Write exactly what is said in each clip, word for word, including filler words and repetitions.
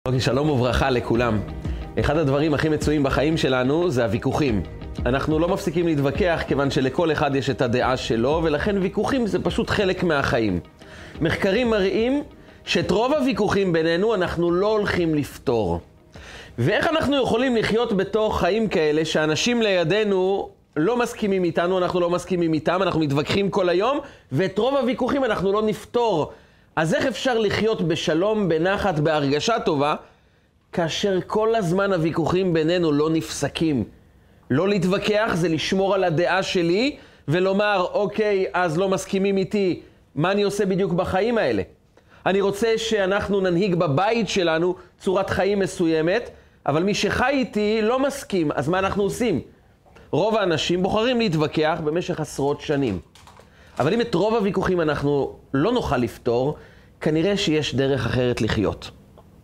אוקיי, שלום וברכה לכולם. אחד הדברים הכי מצויים בחיים שלנו זה הוויכוחים. אנחנו לא מפסיקים להתווכח כיוון שלכל אחד יש את הדעה שלו, ולכן ויכוחים זה פשוט חלק מהחיים. מחקרים מראים שאת רוב הוויכוחים בינינו אנחנו לא הולכים לפתור. ואיך אנחנו יכולים לחיות בתוך חיים כאלה שאנשים לידינו לא מסכימים איתנו, אנחנו לא מסכימים איתם, אנחנו מתווכחים כל היום, ואת רוב הוויכוחים אנחנו לא נפתור. אז איך אפשר לחיות בשלום, בנחת, בהרגשה טובה, כאשר כל הזמן הוויכוחים בינינו לא נפסקים? לא להתווכח זה לשמור על הדעה שלי ולומר, אוקיי, אז לא מסכימים איתי, מה אני עושה בדיוק בחיים האלה? אני רוצה שאנחנו ננהיג בבית שלנו צורת חיים מסוימת, אבל מי שחי איתי לא מסכים, אז מה אנחנו עושים? רוב האנשים בוחרים להתווכח במשך עשרות שנים. אבל אם את רוב הוויכוחים אנחנו לא נוכל לפתור, כנראה שיש דרך אחרת לחיות.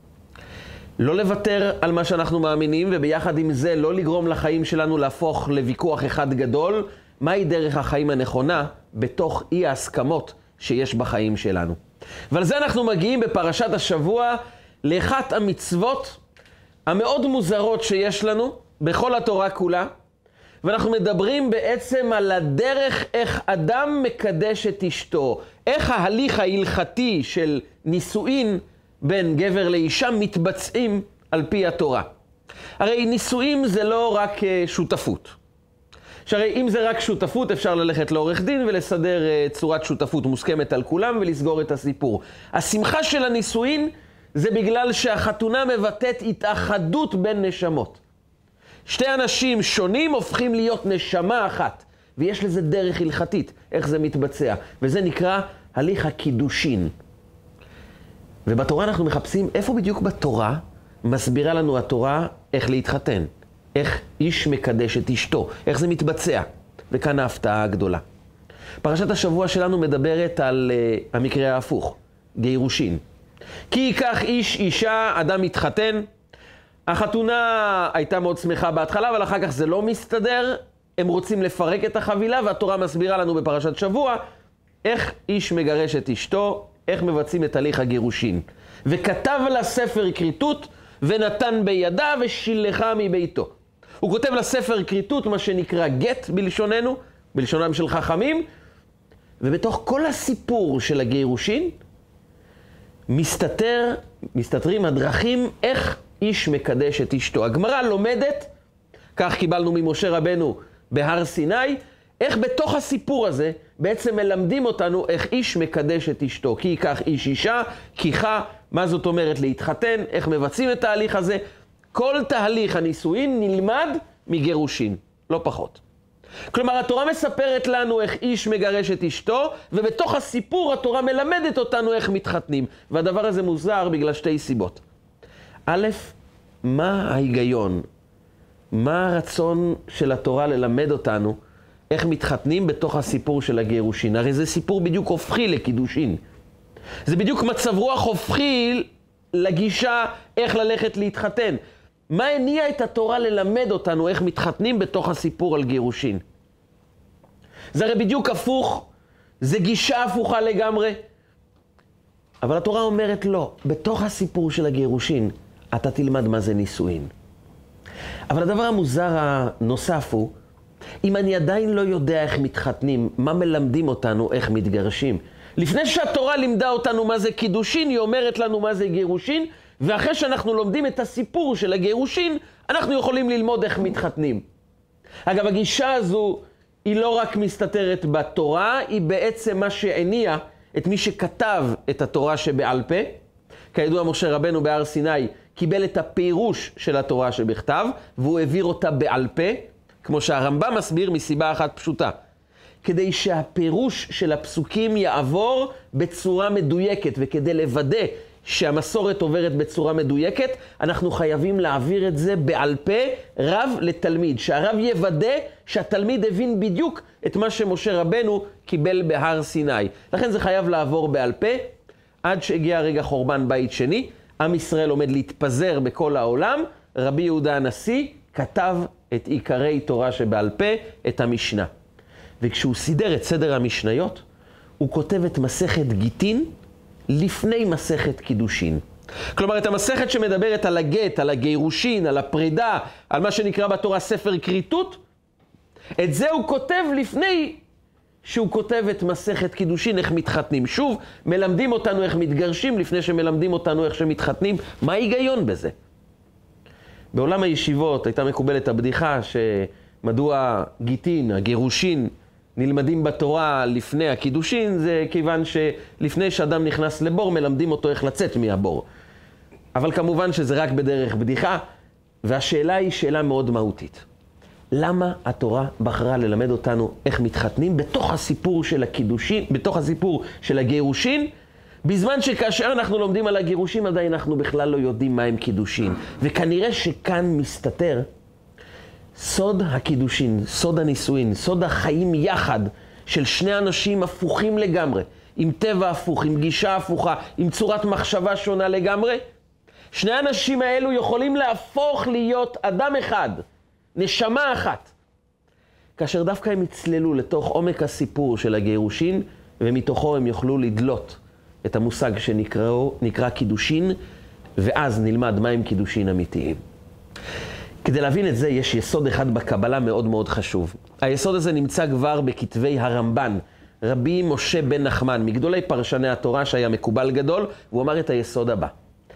לא לוותר על מה שאנחנו מאמינים, וביחד עם זה לא לגרום לחיים שלנו להפוך לוויכוח אחד גדול. מהי דרך החיים הנכונה בתוך אי ההסכמות שיש בחיים שלנו? ועל זה אנחנו מגיעים בפרשת השבוע לאחת המצוות המאוד מוזרות שיש לנו בכל התורה כולה, ואנחנו מדברים בעצם על הדרך איך אדם מקדש את אשתו, איך ההליך ההלכתי של נישואין בין גבר לאישה מתבצעים על פי התורה. הרי נישואים זה לא רק שותפות. שהרי אם זה רק שותפות אפשר ללכת לעורך דין ולסדר צורת שותפות מוסכמת על כולם ולסגור את הסיפור. השמחה של הנישואין זה בגלל שהחתונה מבטאת התאחדות בין נשמות. שתי אנשים שונים הופכים להיות נשמה אחת, ויש לזה דרך הלכתית, איך זה מתבצע, וזה נקרא הליך הקידושין. ובתורה אנחנו מחפשים איפה בדיוק בתורה מסבירה לנו התורה איך להתחתן, איך איש מקדש את אשתו, איך זה מתבצע, וכאן ההפתעה הגדולה. פרשת השבוע שלנו מדברת על uh, המקרה ההפוך, גירושין. כי ייקח איש אישה, אדם מתחתן, החתונה הייתה מאוד שמחה בהתחלה, אבל אחר כך זה לא מסתדר, הם רוצים לפרק את החבילה, והתורה מסבירה לנו בפרשת שבוע איך איש מגרש את אשתו, איך מבצעים את הליך הגירושין. וכתב לה ספר כריתות ונתן בידה ושילחה מביתו. הוא כותב לה ספר כריתות, מה שנקרא גט בלשוננו, בלשונם של חכמים, ובתוך כל הסיפור של הגירושין מסתתר, מסתתרים הדרכים איך איש מקדש את אשתו. הגמרא לומדת, כך קיבלנו ממשה רבנו בהר סיני, איך בתוך הסיפור הזה בעצם מלמדים אותנו איך איש מקדש את אשתו. כי ייקח איש אישה, כיחה, מה זאת אומרת להתחתן, איך מבצעים את התהליך הזה. כל תהליך הנישואין נלמד מגירושין, לא פחות. כלומר, התורה מספרת לנו איך איש מגרש את אשתו, ובתוך הסיפור התורה מלמדת אותנו איך מתחתנים. והדבר הזה מוזר בגלל שתי סיבות. א', מה ההיגיון? מה הרצון של התורה ללמד אותנו איך מתחתנים בתוך הסיפור של הגירושין? הרי זה סיפור בדיוק הופכי לקידושין. זה בדיוק מצב רוח הופכי לגישה איך ללכת להתחתן. מה הניע את התורה ללמד אותנו איך מתחתנים בתוך הסיפור על גירושין? זה הרי בדיוק הפוך, זה גישה הפוכה לגמרי. אבל התורה אומרת לא, בתוך הסיפור של הגירושין אתה תלמד מה זה נישואין. אבל הדבר המוזר הנוסף הוא, אם אני עדיין לא יודע איך מתחתנים, מה מלמדים אותנו איך מתגרשים? לפני שהתורה לימדה אותנו מה זה קידושין, היא אומרת לנו מה זה גירושין, ואחרי שאנחנו לומדים את הסיפור של הגירושין, אנחנו יכולים ללמוד איך מתחתנים. אגב, הגישה הזו היא לא רק מסתתרת בתורה, היא בעצם מה שהניע את מי שכתב את התורה שבעל פה. כידוע, משה רבנו בהר סיני קיבל את הפירוש של התורה שבכתב, והוא העביר אותה בעל פה, כמו שהרמב"ם מסביר מסיבה אחת פשוטה. כדי שהפירוש של הפסוקים יעבור בצורה מדויקת, וכדי לוודא שהמסורת עוברת בצורה מדויקת, אנחנו חייבים להעביר את זה בעל פה רב לתלמיד, שהרב יוודא שהתלמיד הבין בדיוק את מה שמשה רבנו קיבל בהר סיני. לכן זה חייב לעבור בעל פה, עד שהגיע רגע חורבן בית שני, עם ישראל עומד להתפזר בכל העולם, רבי יהודה הנשיא כתב את עיקרי תורה שבעל פה, את המשנה. וכשהוא סידר את סדר המשניות, הוא כותב את מסכת גיטין לפני מסכת קידושין. כלומר, את המסכת שמדברת על הגט, על הגירושין, על הפרידה, על מה שנקרא בתורה ספר כריתות, את זה הוא כותב לפני שהוא כותב את מסכת קידושין, איך מתחתנים. שוב, מלמדים אותנו איך מתגרשים לפני שמלמדים אותנו איך שמתחתנים. מה ההיגיון בזה? בעולם הישיבות הייתה מקובלת הבדיחה שמדוע גיטין, הגירושין, נלמדים בתורה לפני הקידושין, זה כיוון שלפני שאדם נכנס לבור מלמדים אותו איך לצאת מהבור. אבל כמובן שזה רק בדרך בדיחה, והשאלה היא שאלה מאוד מהותית. למה התורה בחרה ללמד אותנו איך מתחתנים בתוך הסיפור של הקידושין, בתוך הסיפור של הגירושין, בזמן שכאשר אנחנו לומדים על הגירושים עדיין אנחנו בכלל לא יודעים מה הם קידושין. וכנראה שכאן מסתתר סוד הקידושין, סוד הנישואין, סוד החיים יחד של שני אנשים הפוכים לגמרי, עם טבע הפוך, עם גישה הפוכה, עם צורת מחשבה שונה לגמרי. שני האנשים האלו יכולים להפוך להיות אדם אחד, נשמה אחת, כאשר דווקא הם יצללו לתוך עומק הסיפור של הגירושין, ומתוכו הם יוכלו לדלות את המושג שנקרא קידושין, ואז נלמד מהם קידושין אמיתיים. כדי להבין את זה יש יסוד אחד בקבלה מאוד מאוד חשוב. היסוד הזה נמצא כבר בכתבי הרמב"ן, רבי משה בן נחמן, מגדולי פרשני התורה שהיה מקובל גדול, והוא אמר את היסוד הבא.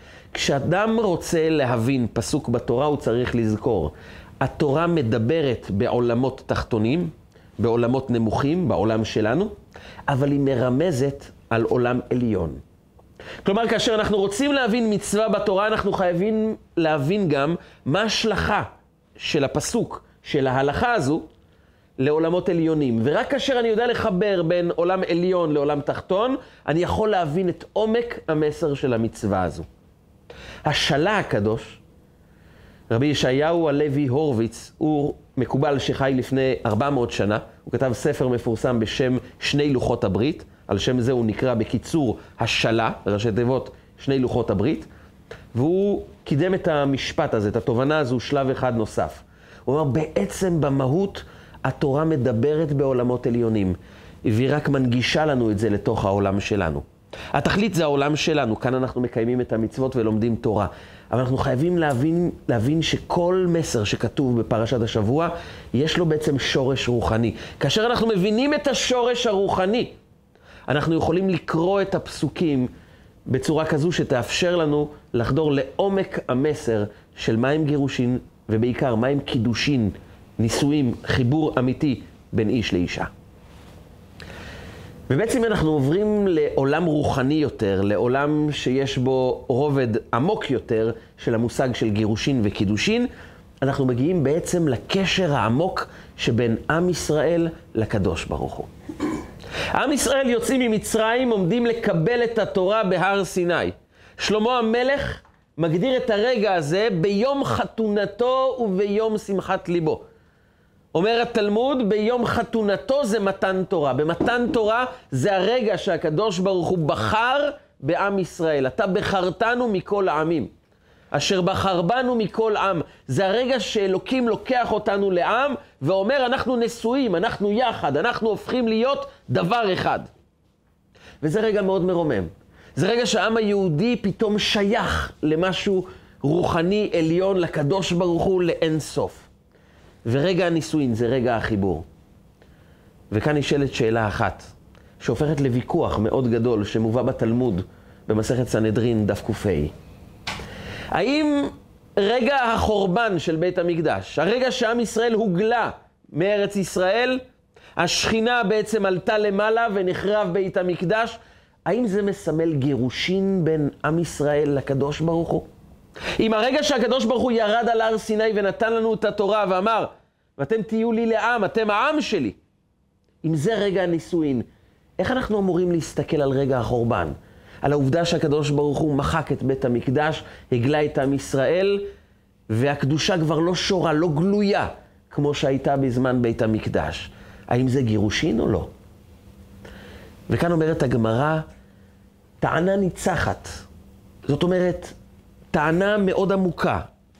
כשאדם רוצה להבין פסוק בתורה הוא צריך לזכור, התורה מדברת בעולמות תחתונים, בעולמות נמוכים, בעולם שלנו, אבל היא מרמזת על עולם עליון. כלומר, כאשר אנחנו רוצים להבין מצווה בתורה, אנחנו חייבים להבין גם מה ההשלכה של הפסוק, של ההלכה הזו, לעולמות עליונים. ורק כאשר אני יודע לחבר בין עולם עליון לעולם תחתון, אני יכול להבין את עומק המסר של המצווה הזו. השלה הקדוש, רבי ישעיהו הלוי הורוביץ, הוא מקובל שחי לפני ארבע מאות שנה, הוא כתב ספר מפורסם בשם שני לוחות הברית, על שם זה הוא נקרא בקיצור השלה, ראשי תיבות שני לוחות הברית, והוא קידם את המשפט הזה, את התובנה הזו, שלב אחד נוסף. הוא אומר, בעצם במהות התורה מדברת בעולמות עליונים, והיא רק מנגישה לנו את זה לתוך העולם שלנו. התכלית זה העולם שלנו, כאן אנחנו מקיימים את המצוות ולומדים תורה. אבל אנחנו חייבים להבין, להבין שכל מסר שכתוב בפרשת השבוע, יש לו בעצם שורש רוחני. כאשר אנחנו מבינים את השורש הרוחני, אנחנו יכולים לקרוא את הפסוקים בצורה כזו שתאפשר לנו לחדור לעומק המסר של מהם גירושין, ובעיקר מהם קידושין, נישואים, חיבור אמיתי בין איש לאישה. ובעצם אנחנו עוברים לעולם רוחני יותר, לעולם שיש בו רובד עמוק יותר של המושג של גירושין וקידושין. אנחנו מגיעים בעצם לקשר העמוק שבין עם ישראל לקדוש ברוך הוא. עם ישראל יוצאים ממצרים, עומדים לקבל את התורה בהר סיני. שלמה המלך מגדיר את הרגע הזה ביום חתונתו וביום שמחת ליבו. אומר התלמוד, ביום חתונתו זה מתן תורה. במתן תורה זה הרגע שהקדוש ברוך הוא בחר בעם ישראל. אתה בחרתנו מכל העמים. אשר בחר בנו מכל עם. זה הרגע שאלוקים לוקח אותנו לעם ואומר אנחנו נשואים, אנחנו יחד, אנחנו הופכים להיות דבר אחד. וזה רגע מאוד מרומם. זה רגע שהעם היהודי פתאום שייך למשהו רוחני עליון, לקדוש ברוך הוא לאין סוף. ורגע הנישואין זה רגע החיבור. וכאן נשאלת שאלה אחת, שהופכת לוויכוח מאוד גדול שמובא בתלמוד במסכת סנהדרין דף ק"ה. האם רגע החורבן של בית המקדש, הרגע שעם ישראל הוגלה מארץ ישראל, השכינה בעצם עלתה למעלה ונחרב בית המקדש, האם זה מסמל גירושין בין עם ישראל לקדוש ברוך הוא? אם הרגע שהקדוש ברוך הוא ירד על הר סיני ונתן לנו את התורה ואמר, ואתם תהיו לי לעם, אתם העם שלי. אם זה רגע הנישואין, איך אנחנו אמורים להסתכל על רגע החורבן? על העובדה שהקדוש ברוך הוא מחק את בית המקדש, הגלה את עם ישראל, והקדושה כבר לא שורה, לא גלויה, כמו שהייתה בזמן בית המקדש. האם זה גירושין או לא? וכאן אומרת הגמרא, טענה ניצחת. זאת אומרת, טענה מאוד עמוקה,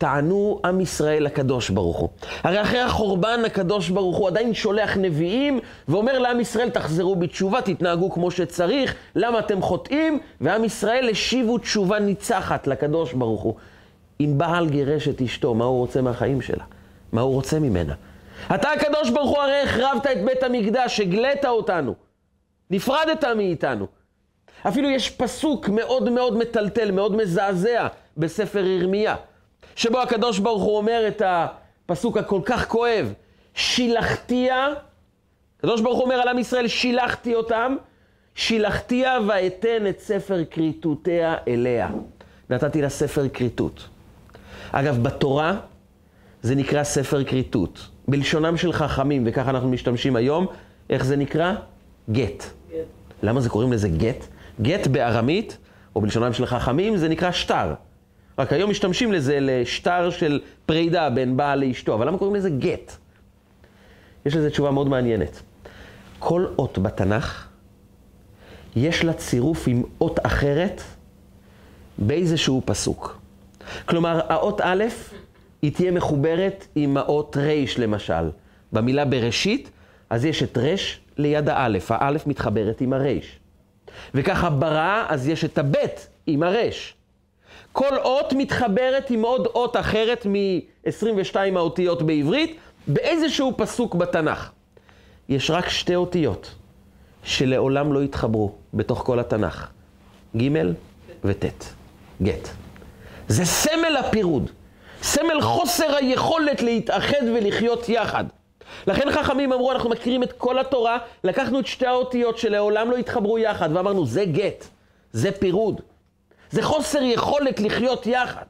טענו עם ישראל לקדוש ברוך הוא. הרי אחרי החורבן הקדוש ברוך הוא עדיין שולח נביאים ואומר לעם ישראל תחזרו בתשובה, תתנהגו כמו שצריך, למה אתם חוטאים? ועם ישראל השיבו תשובה ניצחת לקדוש ברוך הוא. אם בעל גירש את אשתו, מה הוא רוצה מהחיים שלה? מה הוא רוצה ממנה? אתה הקדוש ברוך הוא הרי החרבת את בית המקדש, הגלת אותנו, נפרדת מאיתנו. אפילו יש פסוק מאוד מאוד מטלטל, מאוד מזעזע בספר ירמיה, שבו הקדוש ברוך הוא אומר את הפסוק הכל כך כואב, שילחתיה, הקדוש ברוך הוא אומר על עם ישראל, שילחתי אותם, שילחתיה ואתן את ספר כריתותיה אליה. נתתי לה ספר כריתות. אגב, בתורה זה נקרא ספר כריתות. בלשונם של חכמים, וככה אנחנו משתמשים היום, איך זה נקרא? גט. גט. למה זה קוראים לזה גט? גט בארמית, או בלשונם של חכמים, זה נקרא שטר. רק היום משתמשים לזה לשטר של פרידה בין בעל לאשתו, אבל למה קוראים לזה גט? יש לזה תשובה מאוד מעניינת. כל אות בתנ"ך, יש לה צירוף עם אות אחרת באיזשהו פסוק. כלומר, האות א', היא תהיה מחוברת עם האות ר' למשל. במילה בראשית, אז יש את ר' ליד האלף. האלף מתחברת עם הר'. וככה ברא, אז יש את הבית עם הר'. כל אות מתחברת עם עוד אות אחרת מ-עשרים ושתיים האותיות בעברית, באיזשהו פסוק בתנ"ך. יש רק שתי אותיות שלעולם לא יתחברו בתוך כל התנ"ך. ג' וט'. גט. זה סמל הפירוד. סמל חוסר היכולת להתאחד ולחיות יחד. לכן חכמים אמרו, אנחנו מכירים את כל התורה, לקחנו את שתי האותיות שלעולם לא יתחברו יחד, ואמרנו, זה גט, זה פירוד. זה חוסר יכולת לחיות יחד.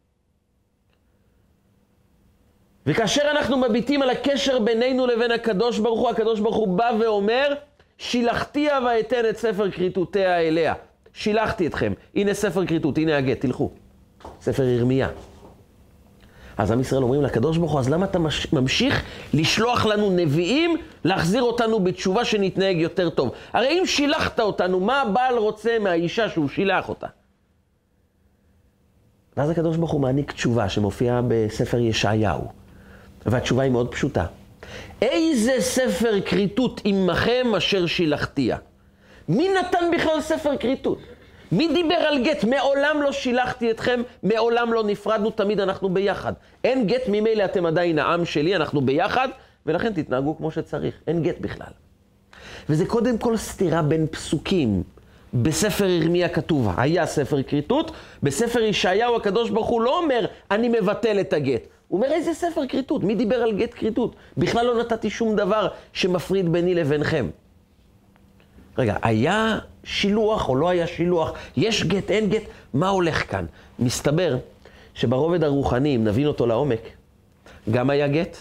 וכאשר אנחנו מביטים על הקשר בינינו לבין הקדוש ברוך הוא, הקדוש ברוך הוא בא ואומר, שילחתיה ואתן את ספר כריתותיה אליה. שילחתי אתכם, הנה ספר כריתות, הנה הגט, תלכו. ספר ירמיה. אז עם ישראל אומרים לקדוש ברוך הוא, אז למה אתה ממשיך לשלוח לנו נביאים, להחזיר אותנו בתשובה שנתנהג יותר טוב? הרי אם שילחת אותנו, מה הבעל רוצה מהאישה שהוא שילח אותה? ואז הקדוש ברוך הוא מעניק תשובה שמופיעה בספר ישעיהו. והתשובה היא מאוד פשוטה. איזה ספר כריתות עמכם אשר שילחתיה? מי נתן בכלל ספר כריתות? מי דיבר על גט? מעולם לא שילחתי אתכם, מעולם לא נפרדנו, תמיד אנחנו ביחד. אין גט, ממילא אתם עדיין העם שלי, אנחנו ביחד, ולכן תתנהגו כמו שצריך. אין גט בכלל. וזה קודם כל סתירה בין פסוקים. בספר ירמיה כתוב, היה ספר כריתות, בספר ישעיהו הקדוש ברוך הוא לא אומר, אני מבטל את הגט. הוא אומר, איזה ספר כריתות? מי דיבר על גט כריתות? בכלל לא נתתי שום דבר שמפריד ביני לבינכם. רגע, היה שילוח או לא היה שילוח? יש גט, אין גט? מה הולך כאן? מסתבר שברובד הרוחני, אם נבין אותו לעומק, גם היה גט,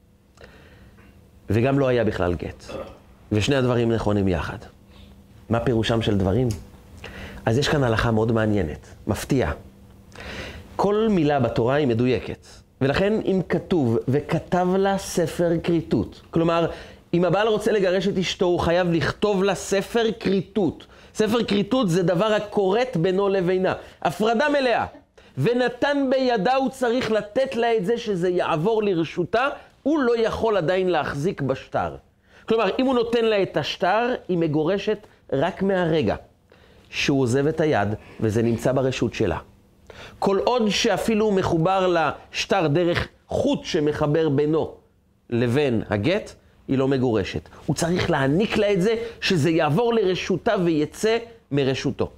וגם לא היה בכלל גט. ושני הדברים נכונים יחד. מה פירושם של דברים? אז יש כאן הלכה מאוד מעניינת, מפתיעה. כל מילה בתורה היא מדויקת, ולכן אם כתוב וכתב לה ספר כריתות, כלומר, אם הבעל רוצה לגרש את אשתו, הוא חייב לכתוב לה ספר כריתות. ספר כריתות זה דבר הקורט בינו לבינה. הפרדה מלאה. ונתן בידה, הוא צריך לתת לה את זה שזה יעבור לרשותה, הוא לא יכול עדיין להחזיק בשטר. כלומר, אם הוא נותן לה את השטר, היא מגורשת רק מהרגע שהוא עוזב את היד, וזה נמצא ברשות שלה. כל עוד שאפילו הוא מחובר לשטר דרך חוט שמחבר בינו לבין הגט, היא לא מגורשת. הוא צריך להעניק לה את זה, שזה יעבור לרשותה ויצא מרשותו.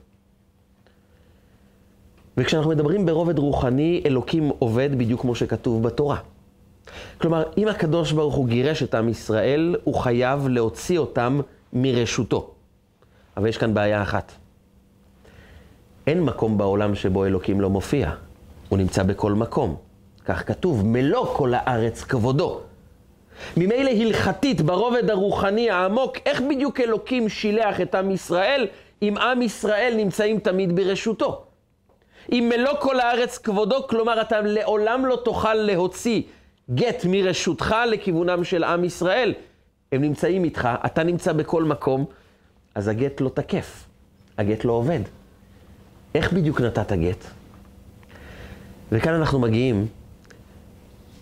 וכשאנחנו מדברים ברובד רוחני, אלוקים עובד בדיוק כמו שכתוב בתורה. כלומר, אם הקדוש ברוך הוא גירש את עם ישראל, הוא חייב להוציא אותם מרשותו. אבל יש כאן בעיה אחת. אין מקום בעולם שבו אלוקים לא מופיע. הוא נמצא בכל מקום. כך כתוב, מלוא כל הארץ כבודו. ממילא הלכתית ברובד הרוחני העמוק, איך בדיוק אלוקים שילח את עם ישראל, אם עם ישראל נמצאים תמיד ברשותו? אם מלוא כל הארץ כבודו, כלומר אתה לעולם לא תוכל להוציא גט מרשותך לכיוונם של עם ישראל. הם נמצאים איתך, אתה נמצא בכל מקום, אז הגט לא תקף, הגט לא עובד. איך בדיוק נתת גט? וכאן אנחנו מגיעים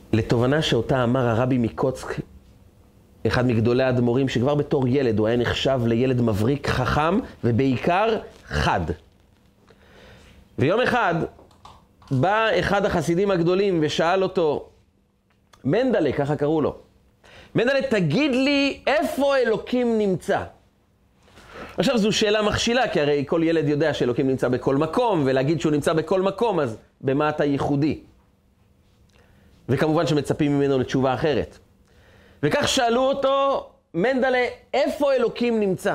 לתובנה שאותה אמר הרבי מקוצק, אחד מגדולי האדמו"רים, שכבר בתור ילד הוא היה נחשב לילד מבריק, חכם ובעיקר חד. ויום אחד בא אחד החסידים הגדולים ושאל אותו, מנדלה, ככה קראו לו, מנדלה, תגיד לי איפה אלוקים נמצא? עכשיו זו שאלה מכשילה, כי הרי כל ילד יודע שאלוקים נמצא בכל מקום, ולהגיד שהוא נמצא בכל מקום, אז במה אתה ייחודי? וכמובן שמצפים ממנו לתשובה אחרת. וכך שאלו אותו, מנדלה, איפה אלוקים נמצא?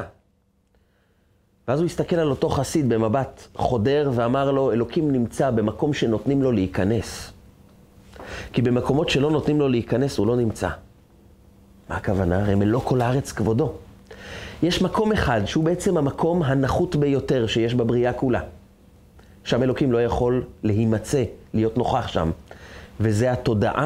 ואז הוא הסתכל על אותו חסיד במבט חודר ואמר לו, אלוקים נמצא במקום שנותנים לו להיכנס. כי במקומות שלא נותנים לו להיכנס הוא לא נמצא. מה הכוונה? הרי מלוא כל הארץ כבודו. יש מקום אחד שהוא בעצם המקום הנחות ביותר שיש בבריאה כולה. שם אלוקים לא יכול להימצא, להיות נוכח שם. וזה התודעה,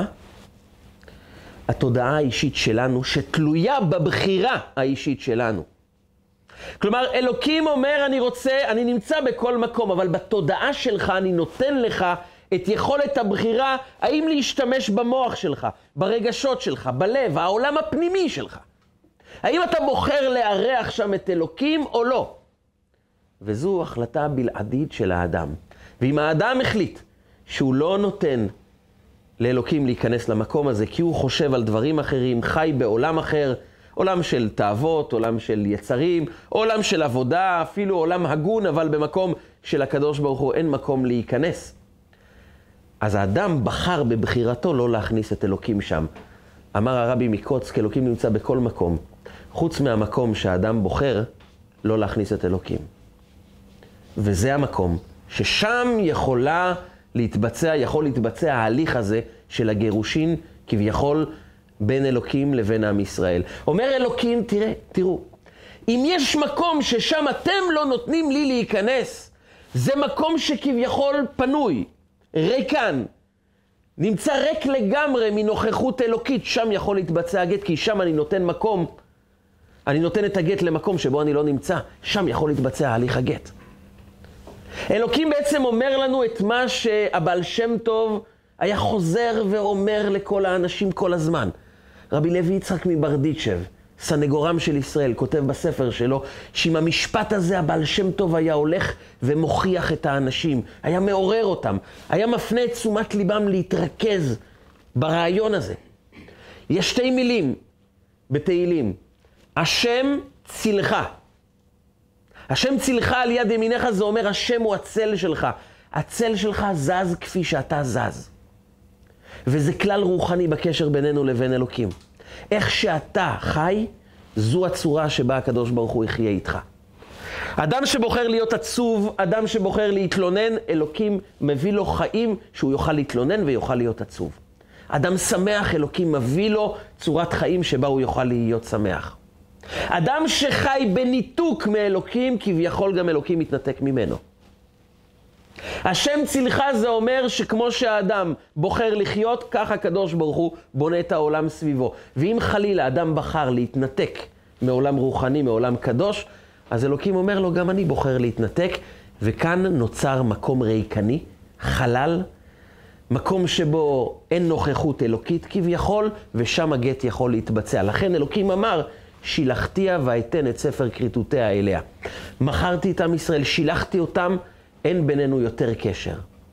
התודעה האישית שלנו, שתלויה בבחירה האישית שלנו. כלומר, אלוקים אומר, אני רוצה, אני נמצא בכל מקום, אבל בתודעה שלך אני נותן לך את יכולת הבחירה, האם להשתמש במוח שלך, ברגשות שלך, בלב, העולם הפנימי שלך. האם אתה בוחר לארח שם את אלוקים או לא? וזו החלטה בלעדית של האדם. ואם האדם החליט שהוא לא נותן לאלוקים להיכנס למקום הזה, כי הוא חושב על דברים אחרים, חי בעולם אחר, עולם של תאוות, עולם של יצרים, עולם של עבודה, אפילו עולם הגון, אבל במקום של הקדוש ברוך הוא אין מקום להיכנס. אז האדם בחר בבחירתו לא להכניס את אלוקים שם. אמר הרבי מקוצק, אלוקים נמצא בכל מקום, חוץ מהמקום שהאדם בוחר לא להכניס את אלוקים. וזה המקום ששם יכולה להתבצע, יכול להתבצע ההליך הזה של הגירושין, כביכול בין אלוקים לבין עם ישראל. אומר אלוקים, תראה, תראו, אם יש מקום ששם אתם לא נותנים לי להיכנס, זה מקום שכביכול פנוי, ריקן, נמצא ריק לגמרי מנוכחות אלוקית, שם יכול להתבצע הגט, כי שם אני נותן מקום, אני נותן את הגט למקום שבו אני לא נמצא, שם יכול להתבצע הליך הגט. אלוקים בעצם אומר לנו את מה שהבעל שם טוב היה חוזר ואומר לכל האנשים כל הזמן. רבי לוי יצחק מברדיצ'ב, סנגורם של ישראל, כותב בספר שלו, שעם המשפט הזה הבעל שם טוב היה הולך ומוכיח את האנשים, היה מעורר אותם, היה מפנה את תשומת ליבם להתרכז ברעיון הזה. יש שתי מילים בתהילים, השם צילך. השם צילך על יד ימיניך, זה אומר השם הוא הצל שלך. הצל שלך זז כפי שאתה זז. וזה כלל רוחני בקשר בינינו לבין אלוקים. איך שאתה חי, זו הצורה שבה הקדוש ברוך הוא יחיה איתך. אדם שבוחר להיות עצוב, אדם שבוחר להתלונן, אלוקים מביא לו חיים שהוא יוכל להתלונן ויוכל להיות עצוב. אדם שמח, אלוקים מביא לו צורת חיים שבה הוא יוכל להיות שמח. אדם שחי בניתוק מאלוקים, כביכול גם אלוקים מתנתק ממנו. השם צילך זה אומר שכמו שהאדם בוחר לחיות, כך הקדוש ברוך הוא בונה את העולם סביבו. ואם חלילה אדם בחר להתנתק מעולם רוחני, מעולם קדוש, אז אלוקים אומר לו, גם אני בוחר להתנתק, וכאן נוצר מקום ריקני, חלל, מקום שבו אין נוכחות אלוקית כביכול, ושם הגט יכול להתבצע. לכן אלוקים אמר, שילחתיה ואתן את ספר כריתותיה אליה. מכרתי את עם ישראל, שילחתי אותם, אין בינינו יותר קשר.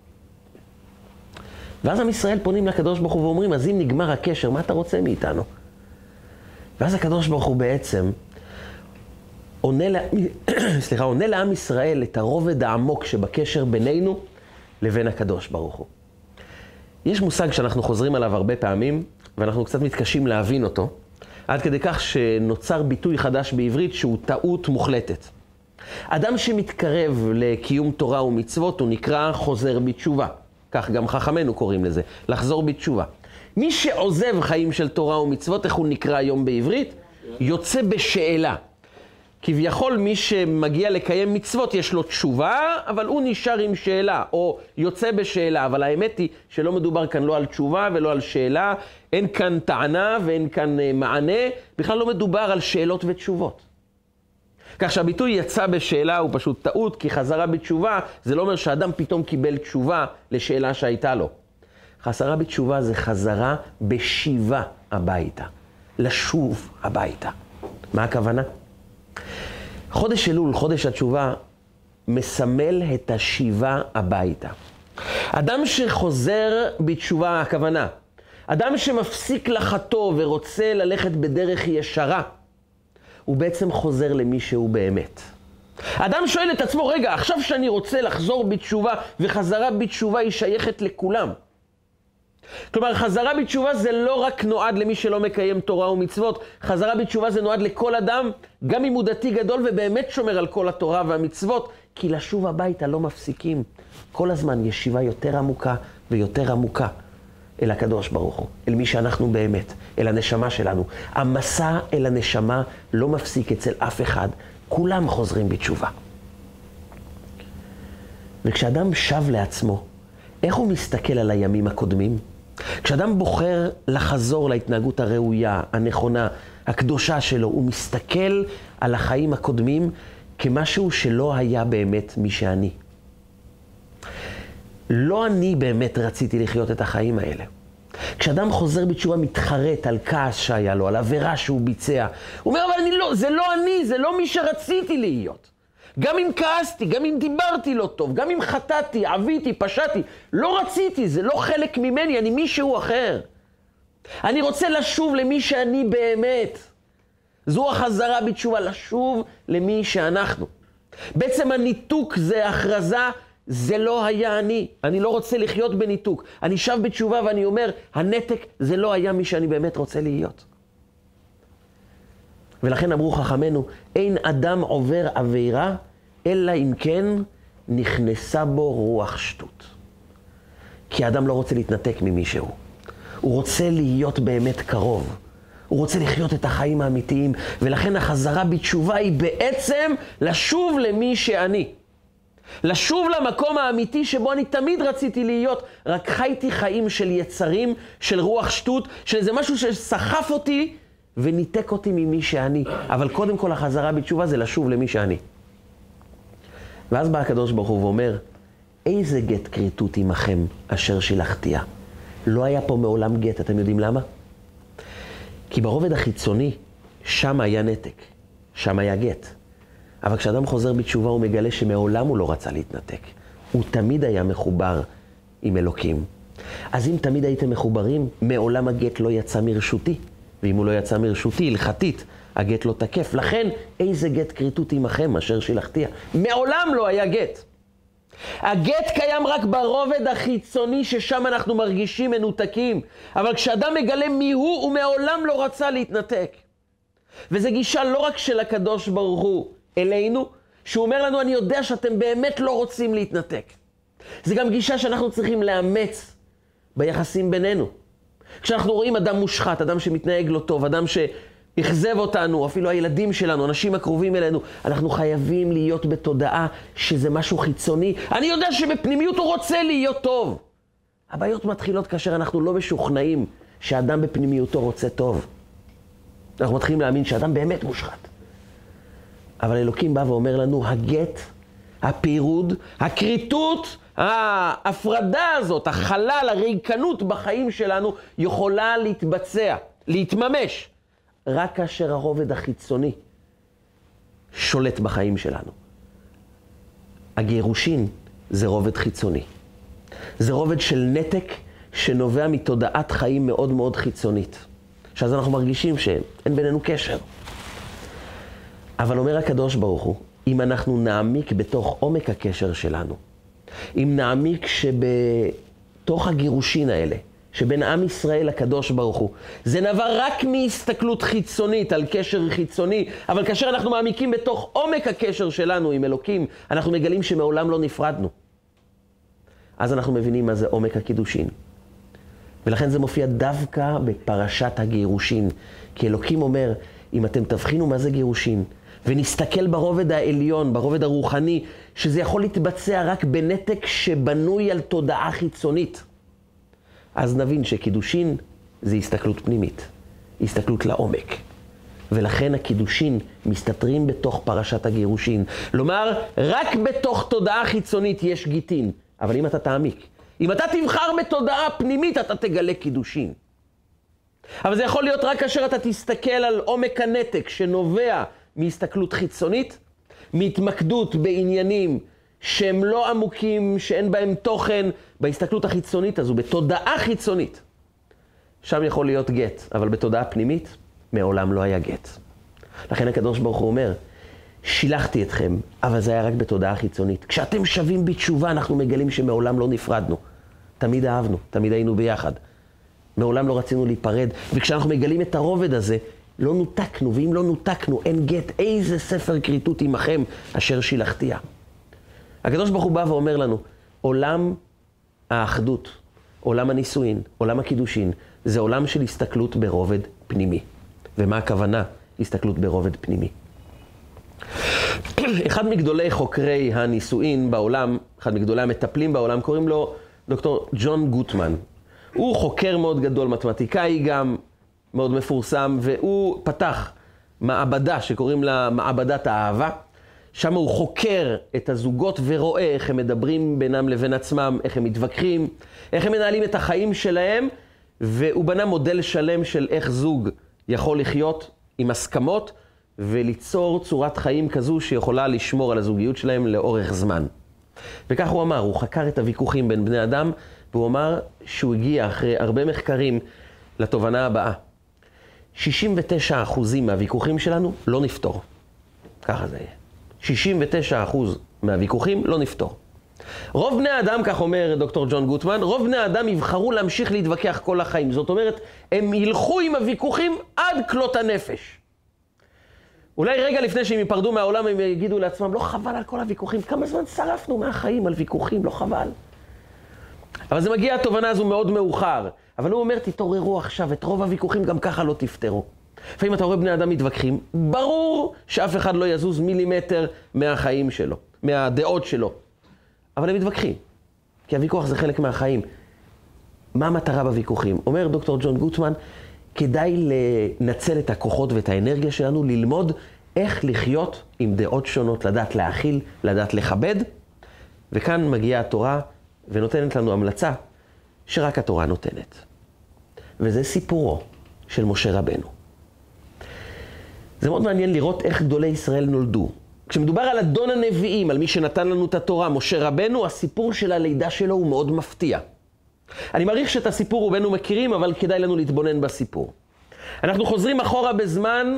ואז עם ישראל פונים לקדוש ברוך הוא ואומרים, אז אם נגמר הקשר, מה אתה רוצה מאיתנו? ואז הקדוש ברוך הוא בעצם עונה, לה... סליחה, עונה לעם ישראל את הרובד העמוק שבקשר בינינו לבין הקדוש ברוך הוא. יש מושג שאנחנו חוזרים עליו הרבה פעמים, ואנחנו קצת מתקשים להבין אותו, עד כדי כך שנוצר ביטוי חדש בעברית שהוא טעות מוחלטת. אדם שמתקרב לקיום תורה ומצוות הוא נקרא חוזר בתשובה. כך גם חכמינו קוראים לזה, לחזור בתשובה. מי שעוזב חיים של תורה ומצוות, איך הוא נקרא היום בעברית? יוצא בשאלה. כביכול מי שמגיע לקיים מצוות יש לו תשובה, אבל הוא נשאר עם שאלה, או יוצא בשאלה. אבל האמת היא שלא מדובר כאן לא על תשובה ולא על שאלה, אין כאן טענה ואין כאן מענה, בכלל לא מדובר על שאלות ותשובות. כך שהביטוי יצא בשאלה הוא פשוט טעות, כי חזרה בתשובה זה לא אומר שאדם פתאום קיבל תשובה לשאלה שהייתה לו. חזרה בתשובה זה חזרה בשיבה הביתה. לשוב הביתה. מה הכוונה? חודש אלול, חודש התשובה, מסמל את השיבה הביתה. אדם שחוזר בתשובה, הכוונה, אדם שמפסיק לחטוא ורוצה ללכת בדרך ישרה, הוא בעצם חוזר למי שהוא באמת. אדם שואל את עצמו, רגע, עכשיו שאני רוצה לחזור בתשובה, וחזרה בתשובה היא שייכת לכולם. כלומר, חזרה בתשובה זה לא רק נועד למי שלא מקיים תורה ומצוות, חזרה בתשובה זה נועד לכל אדם, גם אם הוא דתי גדול ובאמת שומר על כל התורה והמצוות, כי לשוב הביתה לא מפסיקים. כל הזמן ישיבה יותר עמוקה ויותר עמוקה אל הקדוש ברוך הוא, אל מי שאנחנו באמת, אל הנשמה שלנו. המסע אל הנשמה לא מפסיק אצל אף אחד, כולם חוזרים בתשובה. וכשאדם שב לעצמו, איך הוא מסתכל על הימים הקודמים? כשאדם בוחר לחזור להתנהגות הראויה, הנכונה, הקדושה שלו, הוא מסתכל על החיים הקודמים כמשהו שלא היה באמת מי שאני. לא אני באמת רציתי לחיות את החיים האלה. כשאדם חוזר בתשובה מתחרט על כעס שהיה לו, על עבירה שהוא ביצע, הוא אומר, אבל אני לא, זה לא אני, זה לא מי שרציתי להיות. גם אם כעסתי, גם אם דיברתי לא טוב, גם אם חטאתי, עביתי, פשעתי, לא רציתי, זה לא חלק ממני, אני מישהו אחר. אני רוצה לשוב למי שאני באמת. זו החזרה בתשובה, לשוב למי שאנחנו. בעצם הניתוק זה הכרזה, זה לא היה אני. אני לא רוצה לחיות בניתוק. אני שב בתשובה ואני אומר, הנתק זה לא היה מי שאני באמת רוצה להיות. ולכן אמרו חכמינו, אין אדם עובר עבירה, אלא אם כן נכנסה בו רוח שטות. כי האדם לא רוצה להתנתק ממישהו. הוא רוצה להיות באמת קרוב. הוא רוצה לחיות את החיים האמיתיים, ולכן החזרה בתשובה היא בעצם לשוב למי שאני. לשוב למקום האמיתי שבו אני תמיד רציתי להיות, רק חייתי חיים של יצרים, של רוח שטות, של איזה משהו שסחף אותי וניתק אותי ממי שאני. אבל קודם כל החזרה בתשובה זה לשוב למי שאני. ואז בא הקדוש ברוך הוא ואומר, איזה גט כריתות עמכם אשר שילחתיה. לא היה פה מעולם גט, אתם יודעים למה? כי ברובד החיצוני, שם היה נתק, שם היה גט. אבל כשאדם חוזר בתשובה הוא מגלה שמעולם הוא לא רצה להתנתק. הוא תמיד היה מחובר עם אלוקים. אז אם תמיד הייתם מחוברים, מעולם הגט לא יצא מרשותי. ואם הוא לא יצא מרשותי, הלכתית, הגט לא תקף. לכן, איזה גט כריתות עמכם אשר שילחתיה. מעולם לא היה גט. הגט קיים רק ברובד החיצוני ששם אנחנו מרגישים מנותקים. אבל כשאדם מגלה מי הוא, הוא מעולם לא רצה להתנתק. וזו גישה לא רק של הקדוש ברוך הוא אלינו, שהוא אומר לנו, אני יודע שאתם באמת לא רוצים להתנתק. זה גם גישה שאנחנו צריכים לאמץ ביחסים בינינו. כשאנחנו רואים אדם מושחת, אדם שמתנהג לא טוב, אדם שיחזב אותנו, אפילו הילדים שלנו, אנשים הקרובים אלינו, אנחנו חייבים להיות בתודעה שזה משהו חיצוני. אני יודע שבפנימיות הוא רוצה להיות טוב. הבעיות מתחילות כאשר אנחנו לא משוכנעים שאדם בפנימיותו רוצה טוב. אנחנו מתחילים להאמין שאדם באמת מושחת. אבל אלוקים בא ואומר לנו, הגט, הפירוד, הכריתות, ההפרדה הזאת, החלל, הריקנות בחיים שלנו יכולה להתבצע, להתממש, רק כאשר הרובד החיצוני שולט בחיים שלנו. הגירושין זה רובד חיצוני. זה רובד של נתק שנובע מתודעת חיים מאוד מאוד חיצונית. שאז אנחנו מרגישים שאין בינינו קשר. אבל אומר הקדוש ברוך הוא, אם אנחנו נעמיק בתוך עומק הקשר שלנו, אם נעמיק שבתוך הגירושין האלה, שבין עם ישראל לקדוש ברוך הוא, זה נבע רק מהסתכלות חיצונית על קשר חיצוני, אבל כאשר אנחנו מעמיקים בתוך עומק הקשר שלנו עם אלוקים, אנחנו מגלים שמעולם לא נפרדנו. אז אנחנו מבינים מה זה עומק הקידושין. ולכן זה מופיע דווקא בפרשת הגירושין. כי אלוקים אומר, אם אתם תבחינו מה זה גירושין, ונסתכל ברובד העליון, ברובד הרוחני, שזה יכול להתבצע רק בנתק שבנוי על תודעה חיצונית, אז נבין שקידושין זה הסתכלות פנימית, הסתכלות לעומק. ולכן הקידושין מסתתרים בתוך פרשת הגירושין. כלומר, רק בתוך תודעה חיצונית יש גיטין. אבל אם אתה תעמיק, אם אתה תבחר בתודעה פנימית, אתה תגלה קידושין. אבל זה יכול להיות רק כאשר אתה תסתכל על עומק הנתק שנובע מהסתכלות חיצונית, מהתמקדות בעניינים שהם לא עמוקים, שאין בהם תוכן, בהסתכלות החיצונית הזו, בתודעה חיצונית. שם יכול להיות גט, אבל בתודעה פנימית, מעולם לא היה גט. לכן הקדוש ברוך הוא אומר, שילחתי אתכם, אבל זה היה רק בתודעה חיצונית. כשאתם שווים בתשובה, אנחנו מגלים שמעולם לא נפרדנו. תמיד אהבנו, תמיד היינו ביחד. מעולם לא רצינו להיפרד, וכשאנחנו מגלים את הרובד הזה, לא נותקנו, ואם לא נותקנו, אין גט, איזה ספר כריתות עמכם אשר שילחתיה. הקדוש ברוך הוא בא ואומר לנו, עולם האחדות, עולם הנישואין, עולם הקידושין, זה עולם של הסתכלות ברובד פנימי. ומה הכוונה? הסתכלות ברובד פנימי. אחד מגדולי חוקרי הנישואין בעולם, אחד מגדולי המטפלים בעולם, קוראים לו דוקטור ג'ון גוטמן. הוא חוקר מאוד גדול, מתמטיקאי גם, מאוד מפורסם, והוא פתח מעבדה שקוראים לה מעבדת האהבה. שם הוא חוקר את הזוגות ורואה איך הם מדברים בינם לבין עצמם, איך הם מתווכחים, איך הם מנהלים את החיים שלהם, והוא בנה מודל שלם של איך זוג יכול לחיות עם הסכמות, וליצור צורת חיים כזו שיכולה לשמור על הזוגיות שלהם לאורך זמן. וכך הוא אמר, הוא חקר את הוויכוחים בין בני אדם, והוא אמר שהוא הגיע אחרי הרבה מחקרים לתובנה הבאה. שישים ותשעה אחוזים מהוויכוחים שלנו לא נפתור. ככה זה יהיה. שישים ותשעה אחוז מהוויכוחים לא נפתור. רוב בני האדם, כך אומר דוקטור ג'ון גוטמן, רוב בני האדם יבחרו להמשיך להתווכח כל החיים. זאת אומרת, הם ילכו עם הוויכוחים עד כלות הנפש. אולי רגע לפני שהם ייפרדו מהעולם, הם יגידו לעצמם, לא חבל על כל הוויכוחים, כמה זמן שרפנו מהחיים על ויכוחים, לא חבל. אבל זה מגיע, התובנה הזו מאוד מאוחר. אבל הוא אומר, תתעוררו עכשיו, את רוב הוויכוחים גם ככה לא תפתרו. לפעמים אתה רואה בני אדם מתווכחים, ברור שאף אחד לא יזוז מילימטר מהחיים שלו, מהדעות שלו. אבל הם מתווכחים, כי הוויכוח זה חלק מהחיים. מה המטרה בוויכוחים? אומר דוקטור ג'ון גוטמן, כדאי לנצל את הכוחות ואת האנרגיה שלנו, ללמוד איך לחיות עם דעות שונות, לדעת להכיל, לדעת לכבד. וכאן מגיעה התורה ונותנת לנו המלצה שרק התורה נותנת. וזה סיפורו של משה רבנו. זה מאוד מעניין לראות איך גדולי ישראל נולדו. כשמדובר על אדון הנביאים, על מי שנתן לנו את התורה, משה רבנו, הסיפור של הלידה שלו הוא מאוד מפתיע. אני מעריך שאת הסיפור רובנו מכירים, אבל כדאי לנו להתבונן בסיפור. אנחנו חוזרים אחורה בזמן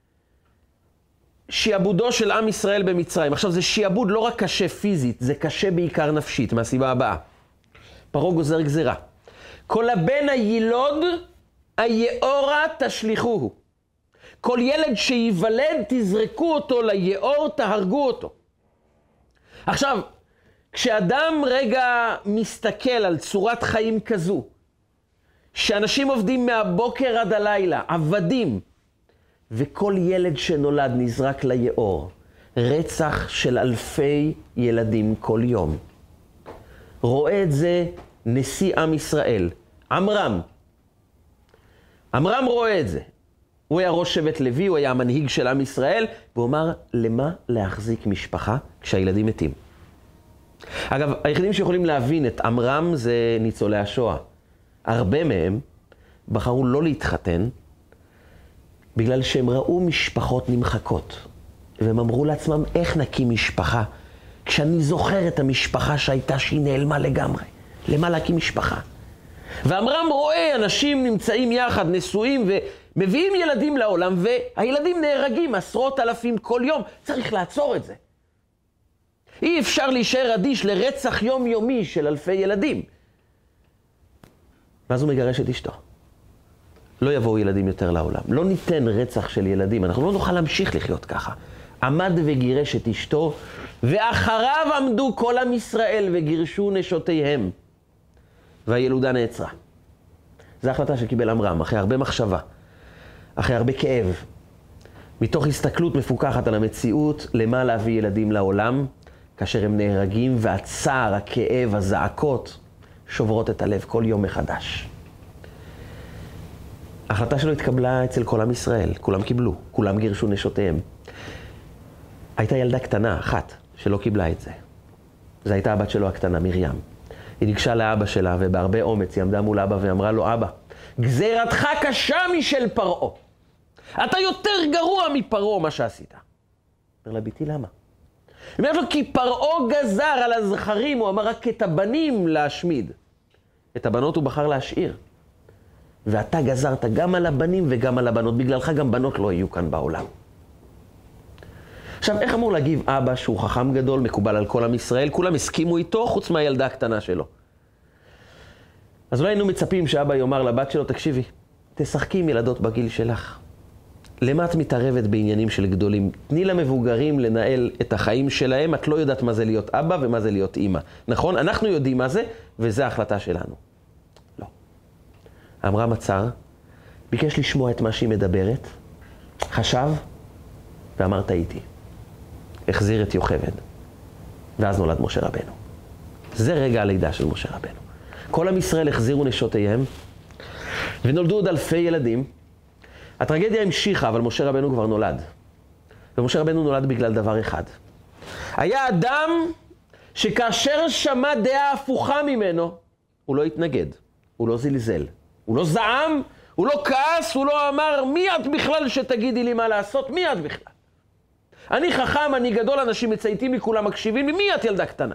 שיעבודו של עם ישראל במצרים. עכשיו, זה שיעבוד לא רק קשה פיזית, זה קשה בעיקר נפשית, מהסיבה הבאה. פרעה גוזר גזירה. כל הבן הילוד, היאורה תשליכוהו. כל ילד שיוולד, תזרקו אותו ליאור, תהרגו אותו. עכשיו, כשאדם רגע מסתכל על צורת חיים כזו, שאנשים עובדים מהבוקר עד הלילה, עבדים, וכל ילד שנולד נזרק ליאור, רצח של אלפי ילדים כל יום. רואה את זה נשיא עם ישראל, עמרם. עמרם רואה את זה. הוא היה ראש שבט לוי, הוא היה המנהיג של עם ישראל, והוא אמר, למה להחזיק משפחה כשהילדים מתים? אגב, היחידים שיכולים להבין את עמרם זה ניצולי השואה. הרבה מהם בחרו לא להתחתן, בגלל שהם ראו משפחות נמחקות. והם אמרו לעצמם, איך נקים משפחה? כשאני זוכר את המשפחה שהייתה שהיא נעלמה לגמרי. למה להקים משפחה? ועמרם רואה אנשים נמצאים יחד, נשואים, ומביאים ילדים לעולם, והילדים נהרגים עשרות אלפים כל יום. צריך לעצור את זה. אי אפשר להישאר אדיש לרצח יומיומי של אלפי ילדים. ואז הוא מגרש את אשתו. לא יבואו ילדים יותר לעולם. לא ניתן רצח של ילדים. אנחנו לא נוכל להמשיך לחיות ככה. עמד וגירש את אשתו, ואחריו עמדו כל עם ישראל וגירשו נשותיהם. והילודה נעצרה. זו החלטה שקיבל עמרם, אחרי הרבה מחשבה, אחרי הרבה כאב, מתוך הסתכלות מפוקחת על המציאות, למה להביא ילדים לעולם, כאשר הם נהרגים, והצער, הכאב, הזעקות, שוברות את הלב כל יום מחדש. ההחלטה שלו התקבלה אצל כל עם ישראל, כולם קיבלו, כולם גירשו נשותיהם. הייתה ילדה קטנה, אחת, שלא קיבלה את זה. זו הייתה הבת שלו הקטנה, מרים. היא ניגשה לאבא שלה, ובהרבה אומץ היא עמדה מול אבא ואמרה לו, אבא, גזירתך קשה משל פרעה. אתה יותר גרוע מפרעה מה שעשית. אומר לה, ביתי, למה? היא אומרת לו, כי פרעה גזר על הזכרים, הוא אמר רק את הבנים להשמיד. את הבנות הוא בחר להשאיר. ואתה גזרת גם על הבנים וגם על הבנות, בגללך גם בנות לא יהיו כאן בעולם. עכשיו, איך אמור להגיב אבא שהוא חכם גדול, מקובל על כל עם ישראל? כולם הסכימו איתו, חוץ מהילדה הקטנה שלו. אז אולי היינו מצפים שאבא יאמר לבת שלו, תקשיבי, תשחקי עם ילדות בגיל שלך. למה את מתערבת בעניינים של גדולים? תני למבוגרים לנהל את החיים שלהם, את לא יודעת מה זה להיות אבא ומה זה להיות אמא. נכון? אנחנו יודעים מה זה, וזה ההחלטה שלנו. לא. אמרה מצר, ביקש לשמוע את מה שהיא מדברת, חשב, ואמר טעיתי. החזיר את יוכבד. ואז נולד משה רבנו. זה רגע הלידה של משה רבנו. כל עם ישראל החזירו נשותיהם, ונולדו עוד אלפי ילדים. הטרגדיה המשיכה, אבל משה רבנו כבר נולד. ומשה רבנו נולד בגלל דבר אחד. היה אדם שכאשר שמע דעה הפוכה ממנו, הוא לא התנגד, הוא לא זלזל, הוא לא זעם, הוא לא כעס, הוא לא אמר, מי את בכלל שתגידי לי מה לעשות? מי את בכלל? אני חכם, אני גדול, אנשים מצייתים לי, כולם מקשיבים לי, מי את ילדה קטנה?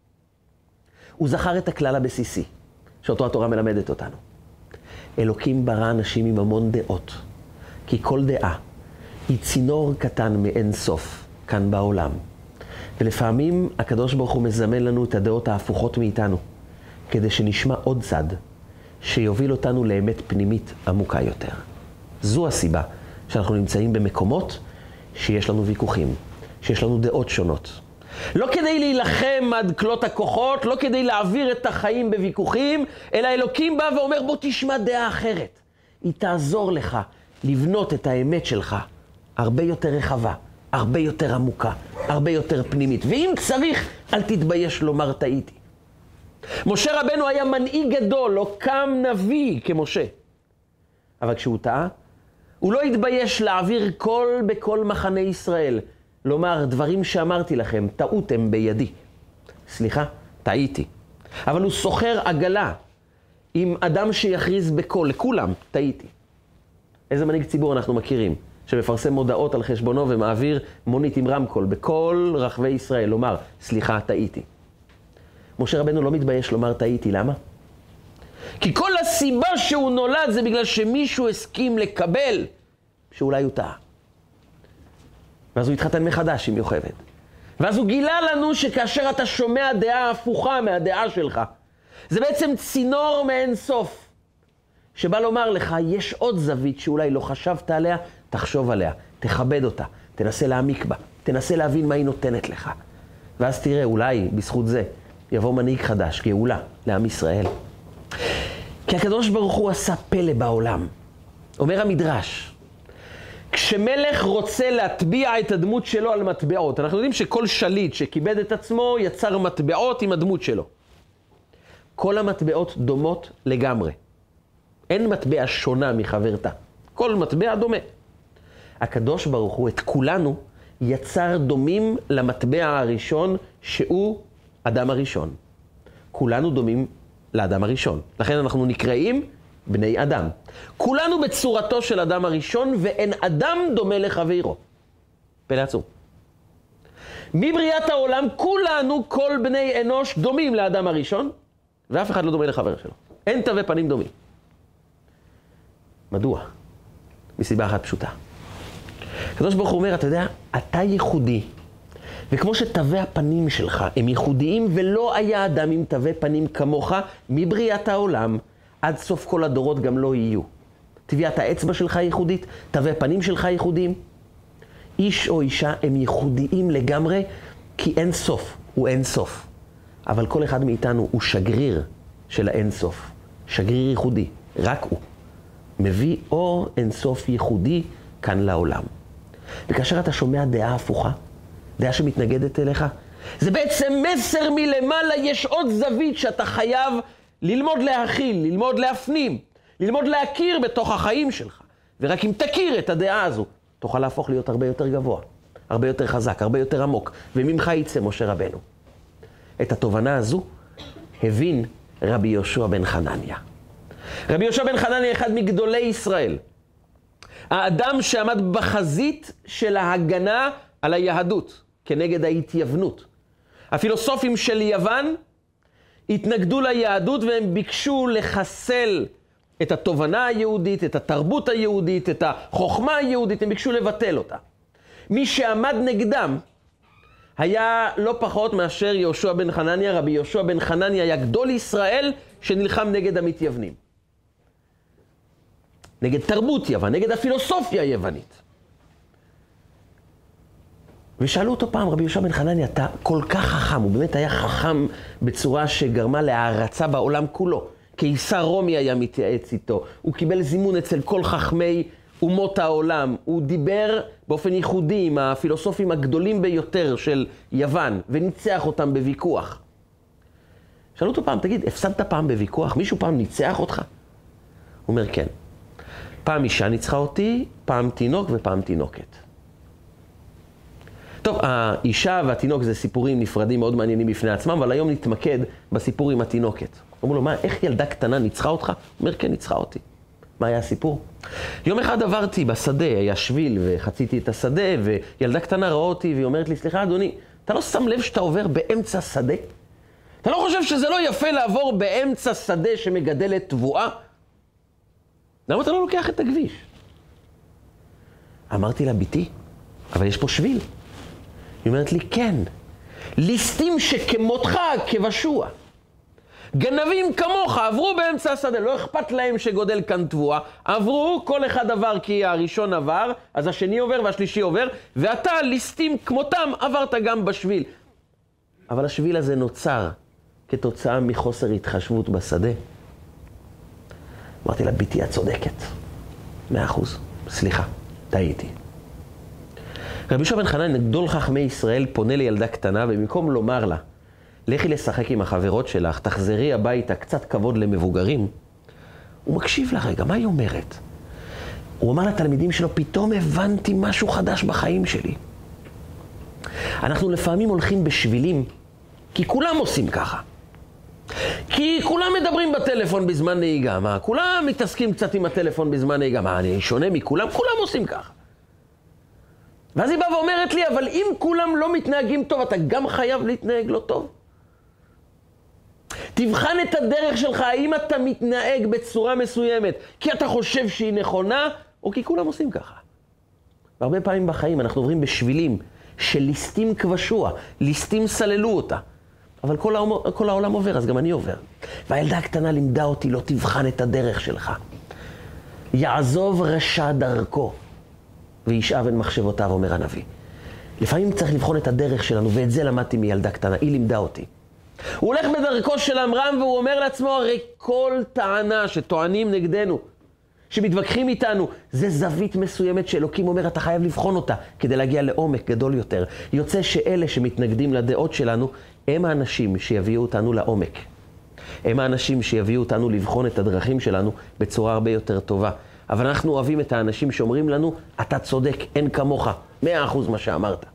הוא זכר את הכלל הבסיסי, שאותו התורה מלמדת אותנו. אלוקים ברא אנשים עם המון דעות, כי כל דעה היא צינור קטן מאין סוף כאן בעולם. ולפעמים הקדוש ברוך הוא מזמן לנו את הדעות ההפוכות מאיתנו, כדי שנשמע עוד צד שיוביל אותנו לאמת פנימית עמוקה יותר. זו הסיבה שאנחנו נמצאים במקומות שיש לנו ויכוחים, שיש לנו דעות שונות. לא כדי להילחם עד כלות הכוחות, לא כדי להעביר את החיים בוויכוחים, אלא אלוקים בא ואומר, בוא תשמע דעה אחרת. היא תעזור לך לבנות את האמת שלך הרבה יותר רחבה, הרבה יותר עמוקה, הרבה יותר פנימית. ואם צריך, אל תתבייש לומר טעיתי. משה רבנו היה מנהיג גדול, לא קם נביא כמשה. אבל כשהוא טעה, הוא לא התבייש להעביר קול בכל מחנה ישראל. לומר, דברים שאמרתי לכם, טעותם בידי. סליחה, טעיתי. אבל הוא סוחר עגלה עם אדם שיכריז בקול, לכולם, טעיתי. איזה מנהיג ציבור אנחנו מכירים, שמפרסם מודעות על חשבונו ומעביר מונית עם רמקול בכל רחבי ישראל, לומר, סליחה, טעיתי. משה רבנו לא מתבייש לומר טעיתי, למה? כי כל הסיבה שהוא נולד זה בגלל שמישהו הסכים לקבל שאולי הוא טעה. ואז הוא התחתן מחדש עם יוכבד. ואז הוא גילה לנו שכאשר אתה שומע דעה הפוכה מהדעה שלך, זה בעצם צינור מאין סוף, שבא לומר לך, יש עוד זווית שאולי לא חשבת עליה, תחשוב עליה, תכבד אותה, תנסה להעמיק בה, תנסה להבין מה היא נותנת לך. ואז תראה, אולי בזכות זה יבוא מנהיג חדש, גאולה, לעם ישראל. כי הקדוש ברוך הוא עשה פלא בעולם. אומר המדרש, כשמלך רוצה להטביע את הדמות שלו על מטבעות, אנחנו יודעים שכל שליט שכיבד את עצמו יצר מטבעות עם הדמות שלו. כל המטבעות דומות לגמרי. אין מטבע שונה מחברתה. כל מטבע דומה. הקדוש ברוך הוא את כולנו יצר דומים למטבע הראשון שהוא אדם הראשון. כולנו דומים לאדם הראשון. לכן אנחנו נקראים בני אדם. כולנו בצורתו של אדם הראשון, ואין אדם דומה לחברו. פלא עצום. מבריאת העולם, כולנו, כל בני אנוש, דומים לאדם הראשון, ואף אחד לא דומה לחבר שלו. אין תווי פנים דומים. מדוע? מסיבה אחת פשוטה. הקדוש ברוך הוא אומר, אתה יודע, אתה ייחודי. וכמו שתווי הפנים שלך הם ייחודיים, ולא היה אדם עם תווי פנים כמוך, מבריאת העולם, עד סוף כל הדורות גם לא יהיו. טביעת האצבע שלך ייחודית, תווי פנים שלך ייחודיים. איש או אישה הם ייחודיים לגמרי, כי אין סוף, הוא אין סוף. אבל כל אחד מאיתנו הוא שגריר של האין סוף. שגריר ייחודי, רק הוא. מביא אור אין סוף ייחודי כאן לעולם. וכאשר אתה שומע דעה הפוכה, דעה שמתנגדת אליך, זה בעצם מסר מלמעלה, יש עוד זווית שאתה חייב ללמוד להכיל, ללמוד להפנים, ללמוד להכיר בתוך החיים שלך. ורק אם תכיר את הדעה הזו, תוכל להפוך להיות הרבה יותר גבוה, הרבה יותר חזק, הרבה יותר עמוק. וממך יצא משה רבנו. את התובנה הזו הבין רבי יהושע בן חנניה. רבי יהושע בן חנניה אחד מגדולי ישראל. האדם שעמד בחזית של ההגנה על היהדות, כנגד ההתייוונות. הפילוסופים של יוון התנגדו ליהדות והם ביקשו לחסל את התובנה היהודית, את התרבות היהודית, את החוכמה היהודית, הם ביקשו לבטל אותה. מי שעמד נגדם היה לא פחות מאשר יהושע בן חנניה. רבי יהושע בן חנניה היה גדול ישראל שנלחם נגד המתייוונים. נגד תרבות יוון, נגד הפילוסופיה היוונית. ושאלו אותו פעם, רבי יהושע בן חנניה, אתה כל כך חכם, הוא באמת היה חכם בצורה שגרמה להערצה בעולם כולו. קיסר רומי היה מתייעץ איתו, הוא קיבל זימון אצל כל חכמי אומות העולם, הוא דיבר באופן ייחודי עם הפילוסופים הגדולים ביותר של יוון, וניצח אותם בוויכוח. שאלו אותו פעם, תגיד, הפסדת פעם בוויכוח? מישהו פעם ניצח אותך? הוא אומר, כן. פעם אישה ניצחה אותי, פעם תינוק ופעם תינוקת. טוב, האישה והתינוק זה סיפורים נפרדים מאוד מעניינים בפני עצמם, אבל היום נתמקד בסיפור עם התינוקת. אמרו לו, מה, איך ילדה קטנה ניצחה אותך? הוא אומר, כן, ניצחה אותי. מה היה הסיפור? יום אחד עברתי בשדה, היה שביל וחציתי את השדה, וילדה קטנה ראה אותי והיא אומרת לי, סליחה אדוני, אתה לא שם לב שאתה עובר באמצע שדה? אתה לא חושב שזה לא יפה לעבור באמצע שדה שמגדלת תבואה? למה אתה לא לוקח את הכביש? אמרתי לה, ביתי, אבל יש פה שביל. היא אומרת לי, כן, ליסטים שכמותך כבשוע. גנבים כמוך עברו באמצע השדה, לא אכפת להם שגודל כאן תבואה. עברו, כל אחד עבר כי הראשון עבר, אז השני עובר והשלישי עובר, ואתה, ליסטים כמותם, עברת גם בשביל. אבל השביל הזה נוצר כתוצאה מחוסר התחשבות בשדה. אמרתי לה, ביתי, את צודקת. מאה אחוז. סליחה, טעיתי. רבי יהושע בן חנניה, גדול חכמי ישראל, פונה לילדה קטנה, ובמקום לומר לה, לכי לשחק עם החברות שלך, תחזרי הביתה, קצת כבוד למבוגרים, הוא מקשיב לה רגע, מה היא אומרת? הוא אמר לתלמידים שלו, פתאום הבנתי משהו חדש בחיים שלי. אנחנו לפעמים הולכים בשבילים, כי כולם עושים ככה. כי כולם מדברים בטלפון בזמן נהיגה, מה? כולם מתעסקים קצת עם הטלפון בזמן נהיגה, מה? אני שונה מכולם? כולם עושים ככה. ואז היא באה ואומרת לי, אבל אם כולם לא מתנהגים טוב, אתה גם חייב להתנהג לא טוב. תבחן את הדרך שלך, האם אתה מתנהג בצורה מסוימת, כי אתה חושב שהיא נכונה, או כי כולם עושים ככה. והרבה פעמים בחיים אנחנו עוברים בשבילים של ליסטים כבשוע, ליסטים סללו אותה. אבל כל העולם, כל העולם עובר, אז גם אני עובר. והילדה הקטנה לימדה אותי, לא תבחן את הדרך שלך. יעזוב רשע דרכו, וישאב את מחשבותיו, אומר הנביא. לפעמים צריך לבחון את הדרך שלנו, ואת זה למדתי מילדה קטנה, היא לימדה אותי. הוא הולך בדרכו של אמרם, והוא אומר לעצמו, הרי כל טענה שטוענים נגדנו, שמתווכחים איתנו, זה זווית מסוימת שאלוקים אומר, אתה חייב לבחון אותה, כדי להגיע לעומק גדול יותר. יוצא שאלה שמתנגדים לדעות שלנו, הם האנשים שיביאו אותנו לעומק. הם האנשים שיביאו אותנו לבחון את הדרכים שלנו בצורה הרבה יותר טובה. אבל אנחנו אוהבים את האנשים שאומרים לנו, אתה צודק, אין כמוך, מאה אחוז מה שאמרת.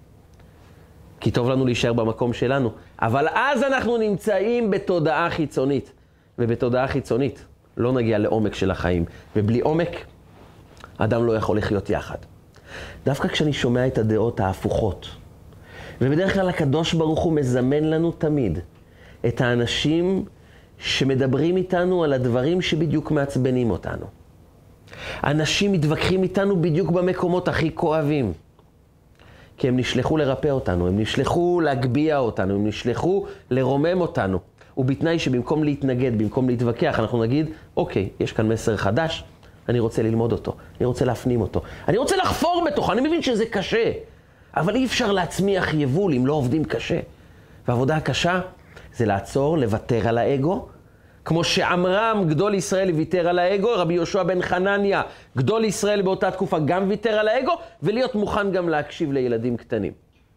כי טוב לנו להישאר במקום שלנו. אבל אז אנחנו נמצאים בתודעה חיצונית. ובתודעה חיצונית לא נגיע לעומק של החיים. ובלי עומק, אדם לא יכול לחיות יחד. דווקא כשאני שומע את הדעות ההפוכות, ובדרך כלל הקדוש ברוך הוא מזמן לנו תמיד את האנשים שמדברים איתנו על הדברים שבדיוק מעצבנים אותנו. אנשים מתווכחים איתנו בדיוק במקומות הכי כואבים. כי הם נשלחו לרפא אותנו, הם נשלחו להגביע אותנו, הם נשלחו לרומם אותנו. ובתנאי שבמקום להתנגד, במקום להתווכח, אנחנו נגיד, אוקיי, יש כאן מסר חדש, אני רוצה ללמוד אותו, אני רוצה להפנים אותו, אני רוצה לחפור בתוכו, אני מבין שזה קשה, אבל אי אפשר להצמיח יבול אם לא עובדים קשה. והעבודה הקשה זה לעצור, לוותר על האגו, כמו שעמרם, גדול ישראל, ויתר על האגו, רבי יהושע בן חנניה, גדול ישראל באותה תקופה, גם ויתר על האגו, ולהיות מוכן גם להקשיב לילדים קטנים.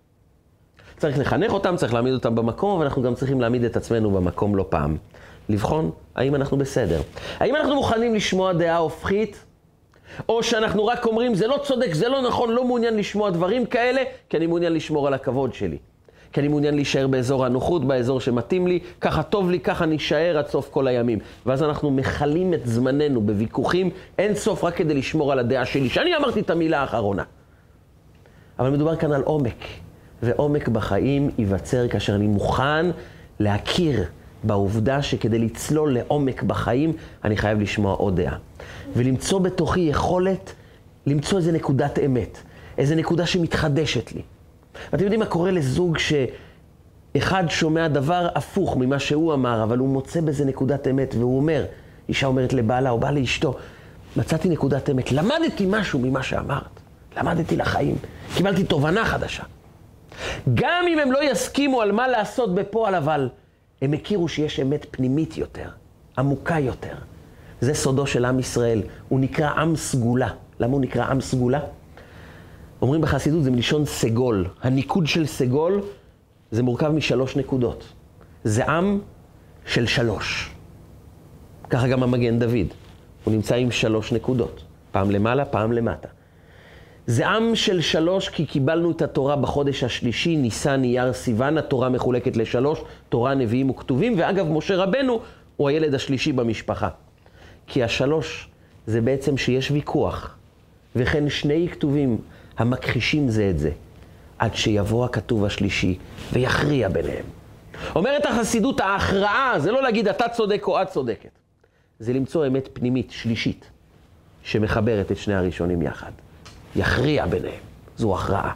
צריך לחנך אותם, צריך להעמיד אותם במקום, אבל אנחנו גם צריכים להעמיד את עצמנו במקום לא פעם. לבחון האם אנחנו בסדר. האם אנחנו מוכנים לשמוע דעה הופכית, או שאנחנו רק אומרים, זה לא צודק, זה לא נכון, לא מעוניין לשמוע דברים כאלה, כי אני מעוניין לשמור על הכבוד שלי. כי אני מעוניין להישאר באזור הנוחות, באזור שמתאים לי, ככה טוב לי, ככה נשאר עד סוף כל הימים. ואז אנחנו מחלים את זמננו בוויכוחים אין סוף רק כדי לשמור על הדעה שלי, שאני אמרתי את המילה האחרונה. אבל מדובר כאן על עומק, ועומק בחיים ייווצר כאשר אני מוכן להכיר בעובדה שכדי לצלול לעומק בחיים, אני חייב לשמוע עוד דעה. ולמצוא בתוכי יכולת למצוא איזה נקודת אמת, איזה נקודה שמתחדשת לי. ואתם יודעים מה קורה לזוג שאחד שומע דבר הפוך ממה שהוא אמר, אבל הוא מוצא בזה נקודת אמת, והוא אומר, אישה אומרת לבעלה או בא לאשתו, מצאתי נקודת אמת, למדתי משהו ממה שאמרת, למדתי לחיים, קיבלתי תובנה חדשה. גם אם הם לא יסכימו על מה לעשות בפועל, אבל הם הכירו שיש אמת פנימית יותר, עמוקה יותר. זה סודו של עם ישראל, הוא נקרא עם סגולה. למה הוא נקרא עם סגולה? אומרים בחסידות, זה מלשון סגול. הניקוד של סגול זה מורכב משלוש נקודות. זה עם של שלוש. ככה גם המגן דוד. הוא נמצא עם שלוש נקודות. פעם למעלה, פעם למטה. זה עם של שלוש כי קיבלנו את התורה בחודש השלישי, ניסן, אייר, סיוון. התורה מחולקת לשלוש, תורה, נביאים וכתובים. ואגב, משה רבנו הוא הילד השלישי במשפחה. כי השלוש זה בעצם שיש ויכוח. וכן שני כתובים המכחישים זה את זה, עד שיבוא הכתוב השלישי ויכריע ביניהם. אומרת החסידות, ההכרעה זה לא להגיד אתה צודק או את צודקת. זה למצוא אמת פנימית, שלישית, שמחברת את שני הראשונים יחד. יכריע ביניהם. זו הכרעה.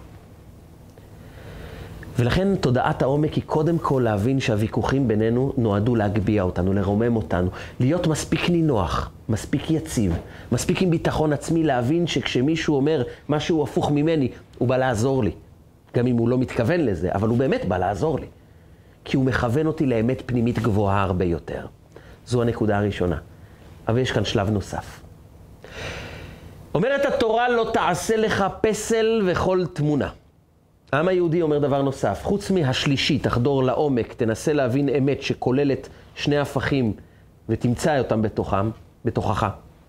ולכן תודעת העומק היא קודם כל להבין שהוויכוחים בינינו נועדו להגביה אותנו, לרומם אותנו, להיות מספיק נינוח, מספיק יציב, מספיק עם ביטחון עצמי להבין שכשמישהו אומר משהו הפוך ממני, הוא בא לעזור לי. גם אם הוא לא מתכוון לזה, אבל הוא באמת בא לעזור לי. כי הוא מכוון אותי לאמת פנימית גבוהה הרבה יותר. זו הנקודה הראשונה. אבל יש כאן שלב נוסף. אומרת התורה, לא תעשה לך פסל וכל תמונה. העם היהודי אומר דבר נוסף, חוץ מהשלישי, תחדור לעומק, תנסה להבין אמת שכוללת שני הפכים ותמצא אותם בתוכם, בתוכך.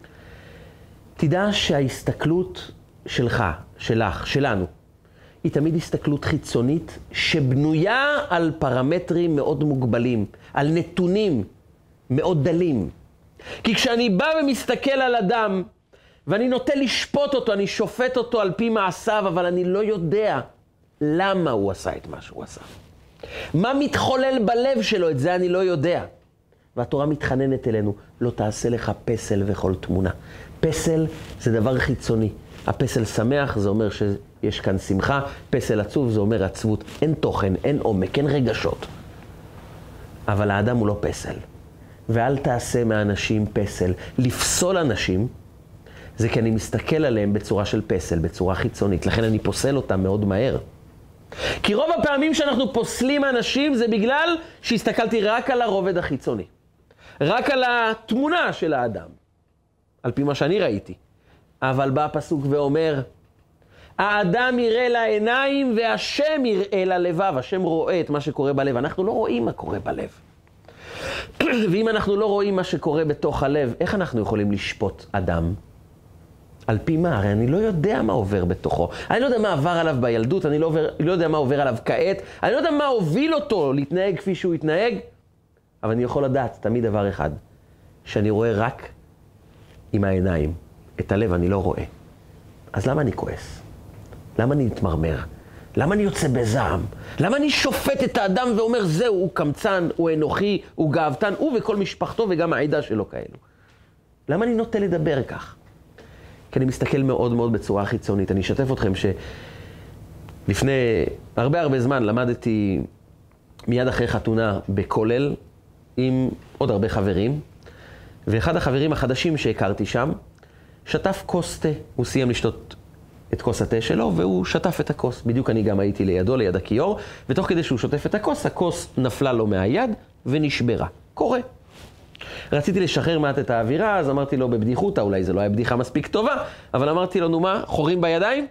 תדע שההסתכלות שלך, שלך, שלנו, היא תמיד הסתכלות חיצונית שבנויה על פרמטרים מאוד מוגבלים, על נתונים מאוד דלים. כי כשאני בא ומסתכל על אדם ואני נוטה לשפוט אותו, אני שופט אותו על פי מעשיו, אבל אני לא יודע למה הוא עשה את מה שהוא עשה. מה מתחולל בלב שלו, את זה אני לא יודע. והתורה מתחננת אלינו, לא תעשה לך פסל וכל תמונה. פסל זה דבר חיצוני. הפסל שמח זה אומר שיש כאן שמחה, פסל עצוב זה אומר עצבות. אין תוכן, אין עומק, אין רגשות. אבל האדם הוא לא פסל. ואל תעשה מהאנשים פסל. לפסול אנשים זה כי אני מסתכל עליהם בצורה של פסל, בצורה חיצונית. לכן אני פוסל אותם מאוד מהר. כי רוב הפעמים שאנחנו פוסלים אנשים זה בגלל שהסתכלתי רק על הרובד החיצוני. רק על התמונה של האדם. על פי מה שאני ראיתי. אבל בא הפסוק ואומר, האדם יראה לעיניים והשם יראה ללבב. השם רואה את מה שקורה בלב. אנחנו לא רואים מה קורה בלב. ואם אנחנו לא רואים מה שקורה בתוך הלב, איך אנחנו יכולים לשפוט אדם? על פי מה? הרי אני לא יודע מה עובר בתוכו. אני לא יודע מה עבר עליו בילדות, אני לא, עובר, לא יודע מה עובר עליו כעת, אני לא יודע מה הוביל אותו להתנהג כפי שהוא התנהג, אבל אני יכול לדעת תמיד דבר אחד, שאני רואה רק עם העיניים. את הלב אני לא רואה. אז למה אני כועס? למה אני מתמרמר? למה אני יוצא בזעם? למה אני שופט את האדם ואומר זהו, הוא קמצן, הוא אנוכי, הוא גאוותן, הוא וכל משפחתו וגם העדה שלו כאלו? למה אני נוטה לדבר כך? כי אני מסתכל מאוד מאוד בצורה חיצונית. אני אשתף אתכם שלפני הרבה הרבה זמן למדתי מיד אחרי חתונה בכולל עם עוד הרבה חברים, ואחד החברים החדשים שהכרתי שם שטף כוס תה. הוא סיים לשתות את כוס התה שלו והוא שטף את הכוס. בדיוק אני גם הייתי לידו, ליד הכיור, ותוך כדי שהוא שוטף את הכוס, הכוס נפלה לו מהיד ונשברה. קורה. רציתי לשחרר מעט את האווירה, אז אמרתי לו בבדיחותה, אולי זה לא היה בדיחה מספיק טובה, אבל אמרתי לו, נו מה, חורים בידיים?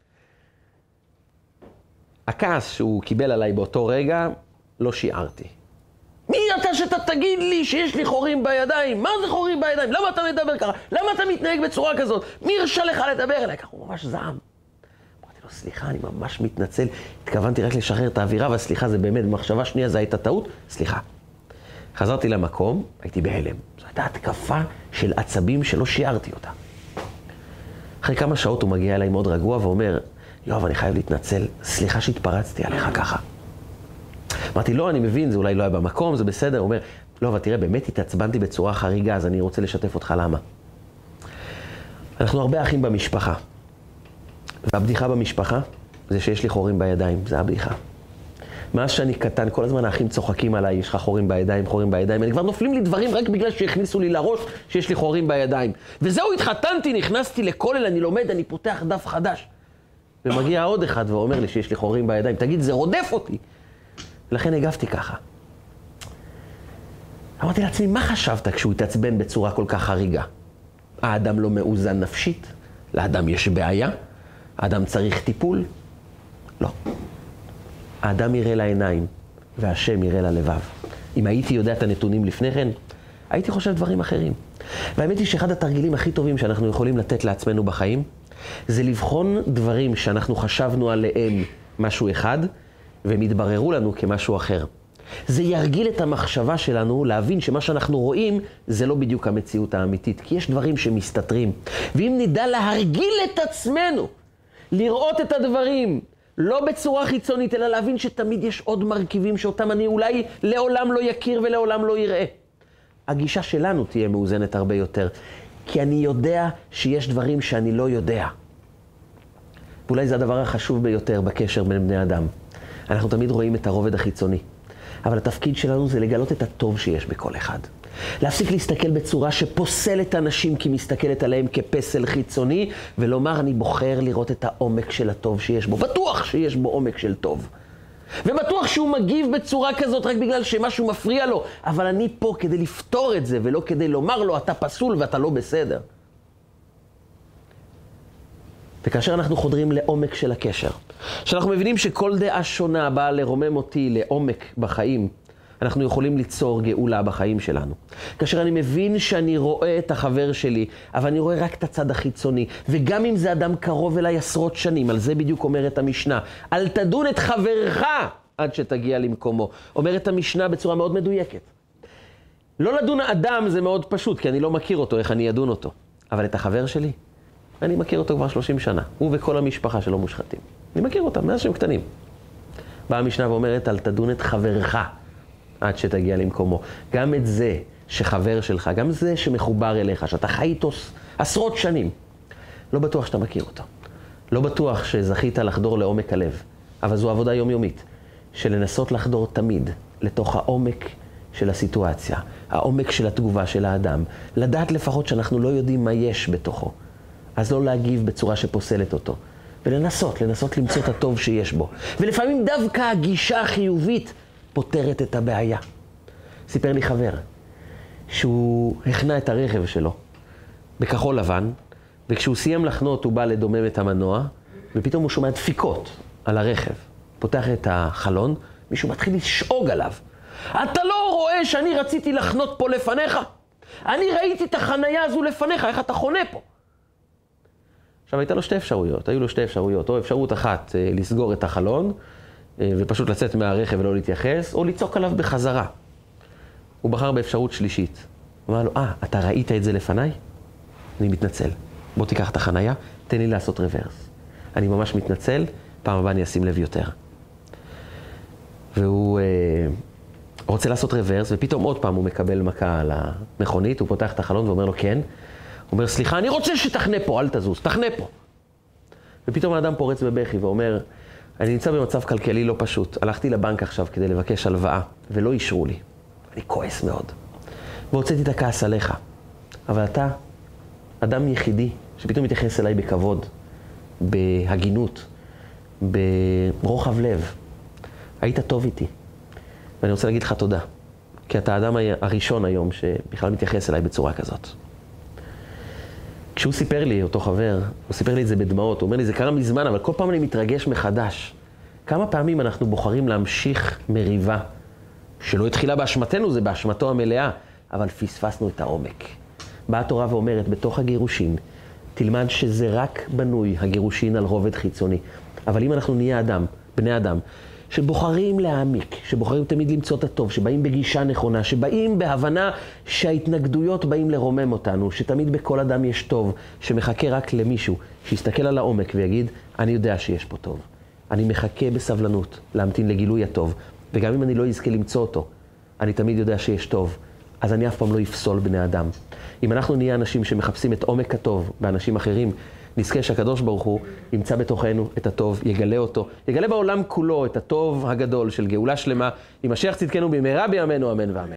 הכעס שהוא קיבל עליי באותו רגע, לא שיערתי. מי אתה שאתה תגיד לי שיש לי חורים בידיים? מה זה חורים בידיים? למה אתה מדבר ככה? למה אתה מתנהג בצורה כזאת? מי הרשה לך לדבר אליי? ככה הוא ממש זעם. אמרתי לו, סליחה, אני ממש מתנצל, התכוונתי רק לשחרר את האווירה, אבל סליחה, זה באמת, במחשבה שנייה, זה הייתה טעות, סליחה. חזרתי למקום, הייתי בהלם. זו הייתה התקפה של עצבים שלא שיערתי אותה. אחרי כמה שעות הוא מגיע אליי מאוד רגוע ואומר, יואב, אני חייב להתנצל, סליחה שהתפרצתי עליך ככה. אמרתי, לא, אני מבין, זה אולי לא היה במקום, זה בסדר. הוא אומר, לא, אבל תראה, באמת התעצבנתי בצורה חריגה, אז אני רוצה לשתף אותך למה. אנחנו הרבה אחים במשפחה. והבדיחה במשפחה זה שיש לי חורים בידיים, זה הבדיחה. מאז שאני קטן, כל הזמן האחים צוחקים עליי, יש לך חורים בידיים, חורים בידיים. אני כבר נופלים לי דברים רק בגלל שהכניסו לי לראש שיש לי חורים בידיים. וזהו, התחתנתי, נכנסתי לכולל, אני לומד, אני פותח דף חדש. ומגיע עוד אחד ואומר לי שיש לי חורים בידיים. תגיד, זה רודף אותי. ולכן הגבתי ככה. אמרתי לעצמי, מה חשבת כשהוא התעצבן בצורה כל כך חריגה? האדם לא מאוזן נפשית? לאדם יש בעיה? האדם צריך טיפול? לא. האדם יראה לעיניים, והשם יראה ללבב. אם הייתי יודע את הנתונים לפני כן, הייתי חושב דברים אחרים. והאמת היא שאחד התרגילים הכי טובים שאנחנו יכולים לתת לעצמנו בחיים, זה לבחון דברים שאנחנו חשבנו עליהם משהו אחד, והם יתבררו לנו כמשהו אחר. זה ירגיל את המחשבה שלנו להבין שמה שאנחנו רואים זה לא בדיוק המציאות האמיתית, כי יש דברים שמסתתרים. ואם נדע להרגיל את עצמנו, לראות את הדברים, לא בצורה חיצונית, אלא להבין שתמיד יש עוד מרכיבים שאותם אני אולי לעולם לא יכיר ולעולם לא יראה. הגישה שלנו תהיה מאוזנת הרבה יותר, כי אני יודע שיש דברים שאני לא יודע. ואולי זה הדבר החשוב ביותר בקשר בין בני אדם. אנחנו תמיד רואים את הרובד החיצוני, אבל התפקיד שלנו זה לגלות את הטוב שיש בכל אחד. להפסיק להסתכל בצורה שפוסלת אנשים כי מסתכלת עליהם כפסל חיצוני, ולומר אני בוחר לראות את העומק של הטוב שיש בו. בטוח שיש בו עומק של טוב. ובטוח שהוא מגיב בצורה כזאת רק בגלל שמשהו מפריע לו, אבל אני פה כדי לפתור את זה ולא כדי לומר לו אתה פסול ואתה לא בסדר. וכאשר אנחנו חודרים לעומק של הקשר, שאנחנו מבינים שכל דעה שונה באה לרומם אותי לעומק בחיים, אנחנו יכולים ליצור גאולה בחיים שלנו. כאשר אני מבין שאני רואה את החבר שלי, אבל אני רואה רק את הצד החיצוני, וגם אם זה אדם קרוב אליי עשרות שנים, על זה בדיוק אומרת המשנה, אל תדון את חברך עד שתגיע למקומו. אומרת המשנה בצורה מאוד מדויקת. לא לדון אדם זה מאוד פשוט, כי אני לא מכיר אותו, איך אני אדון אותו. אבל את החבר שלי, אני מכיר אותו כבר שלושים שנה, הוא וכל המשפחה שלו מושחתים. אני מכיר אותם, מאז שהם קטנים. באה המשנה ואומרת, אל תדון את חברך עד שתגיע למקומו. גם את זה שחבר שלך, גם זה שמחובר אליך, שאתה חי איתו עשרות שנים, לא בטוח שאתה מכיר אותו. לא בטוח שזכית לחדור לעומק הלב, אבל זו עבודה יומיומית, של לנסות לחדור תמיד לתוך העומק של הסיטואציה, העומק של התגובה של האדם, לדעת לפחות שאנחנו לא יודעים מה יש בתוכו, אז לא להגיב בצורה שפוסלת אותו, ולנסות, לנסות למצוא את הטוב שיש בו. ולפעמים דווקא הגישה החיובית פותרת את הבעיה. סיפר לי חבר שהוא הכנה את הרכב שלו בכחול לבן, וכשהוא סיים לחנות הוא בא לדומם את המנוע, ופתאום הוא שומע דפיקות על הרכב. פותח את החלון, מישהו מתחיל לשאוג עליו. אתה לא רואה שאני רציתי לחנות פה לפניך? אני ראיתי את החנייה הזו לפניך, איך אתה חונה פה? עכשיו הייתה לו שתי אפשרויות, היו לו שתי אפשרויות, או אפשרות אחת לסגור את החלון, ופשוט לצאת מהרכב ולא להתייחס, או לצעוק עליו בחזרה. הוא בחר באפשרות שלישית. הוא אמר לו, אה, אתה ראית את זה לפניי? אני מתנצל. בוא תיקח את החנייה, תן לי לעשות רוורס. אני ממש מתנצל, פעם הבאה אני אשים לב יותר. והוא אה, רוצה לעשות רוורס, ופתאום עוד פעם הוא מקבל מכה על המכונית, הוא פותח את החלון ואומר לו, כן. הוא אומר, סליחה, אני רוצה שתחנה פה, אל תזוז, תחנה פה. ופתאום האדם פורץ בבכי ואומר, אני נמצא במצב כלכלי לא פשוט. הלכתי לבנק עכשיו כדי לבקש הלוואה, ולא אישרו לי. אני כועס מאוד. והוצאתי את הכעס עליך. אבל אתה, אדם יחידי, שפתאום מתייחס אליי בכבוד, בהגינות, ברוחב לב. היית טוב איתי. ואני רוצה להגיד לך תודה. כי אתה האדם הראשון היום שבכלל מתייחס אליי בצורה כזאת. כשהוא סיפר לי, אותו חבר, הוא סיפר לי את זה בדמעות, הוא אומר לי, זה קרה מזמן, אבל כל פעם אני מתרגש מחדש. כמה פעמים אנחנו בוחרים להמשיך מריבה, שלא התחילה באשמתנו, זה באשמתו המלאה, אבל פספסנו את העומק. באה התורה ואומרת, בתוך הגירושים, תלמד שזה רק בנוי, הגירושין, על רובד חיצוני. אבל אם אנחנו נהיה אדם, בני אדם, שבוחרים להעמיק, שבוחרים תמיד למצוא את הטוב, שבאים בגישה נכונה, שבאים בהבנה שההתנגדויות באים לרומם אותנו, שתמיד בכל אדם יש טוב, שמחכה רק למישהו, שיסתכל על העומק ויגיד, אני יודע שיש פה טוב. אני מחכה בסבלנות להמתין לגילוי הטוב, וגם אם אני לא אזכה למצוא אותו, אני תמיד יודע שיש טוב, אז אני אף פעם לא אפסול בני אדם. אם אנחנו נהיה אנשים שמחפשים את עומק הטוב באנשים אחרים, נזכה שהקדוש ברוך הוא ימצא בתוכנו את הטוב, יגלה אותו, יגלה בעולם כולו את הטוב הגדול של גאולה שלמה, יימשך צדקנו במהרה בימינו, אמן ואמן.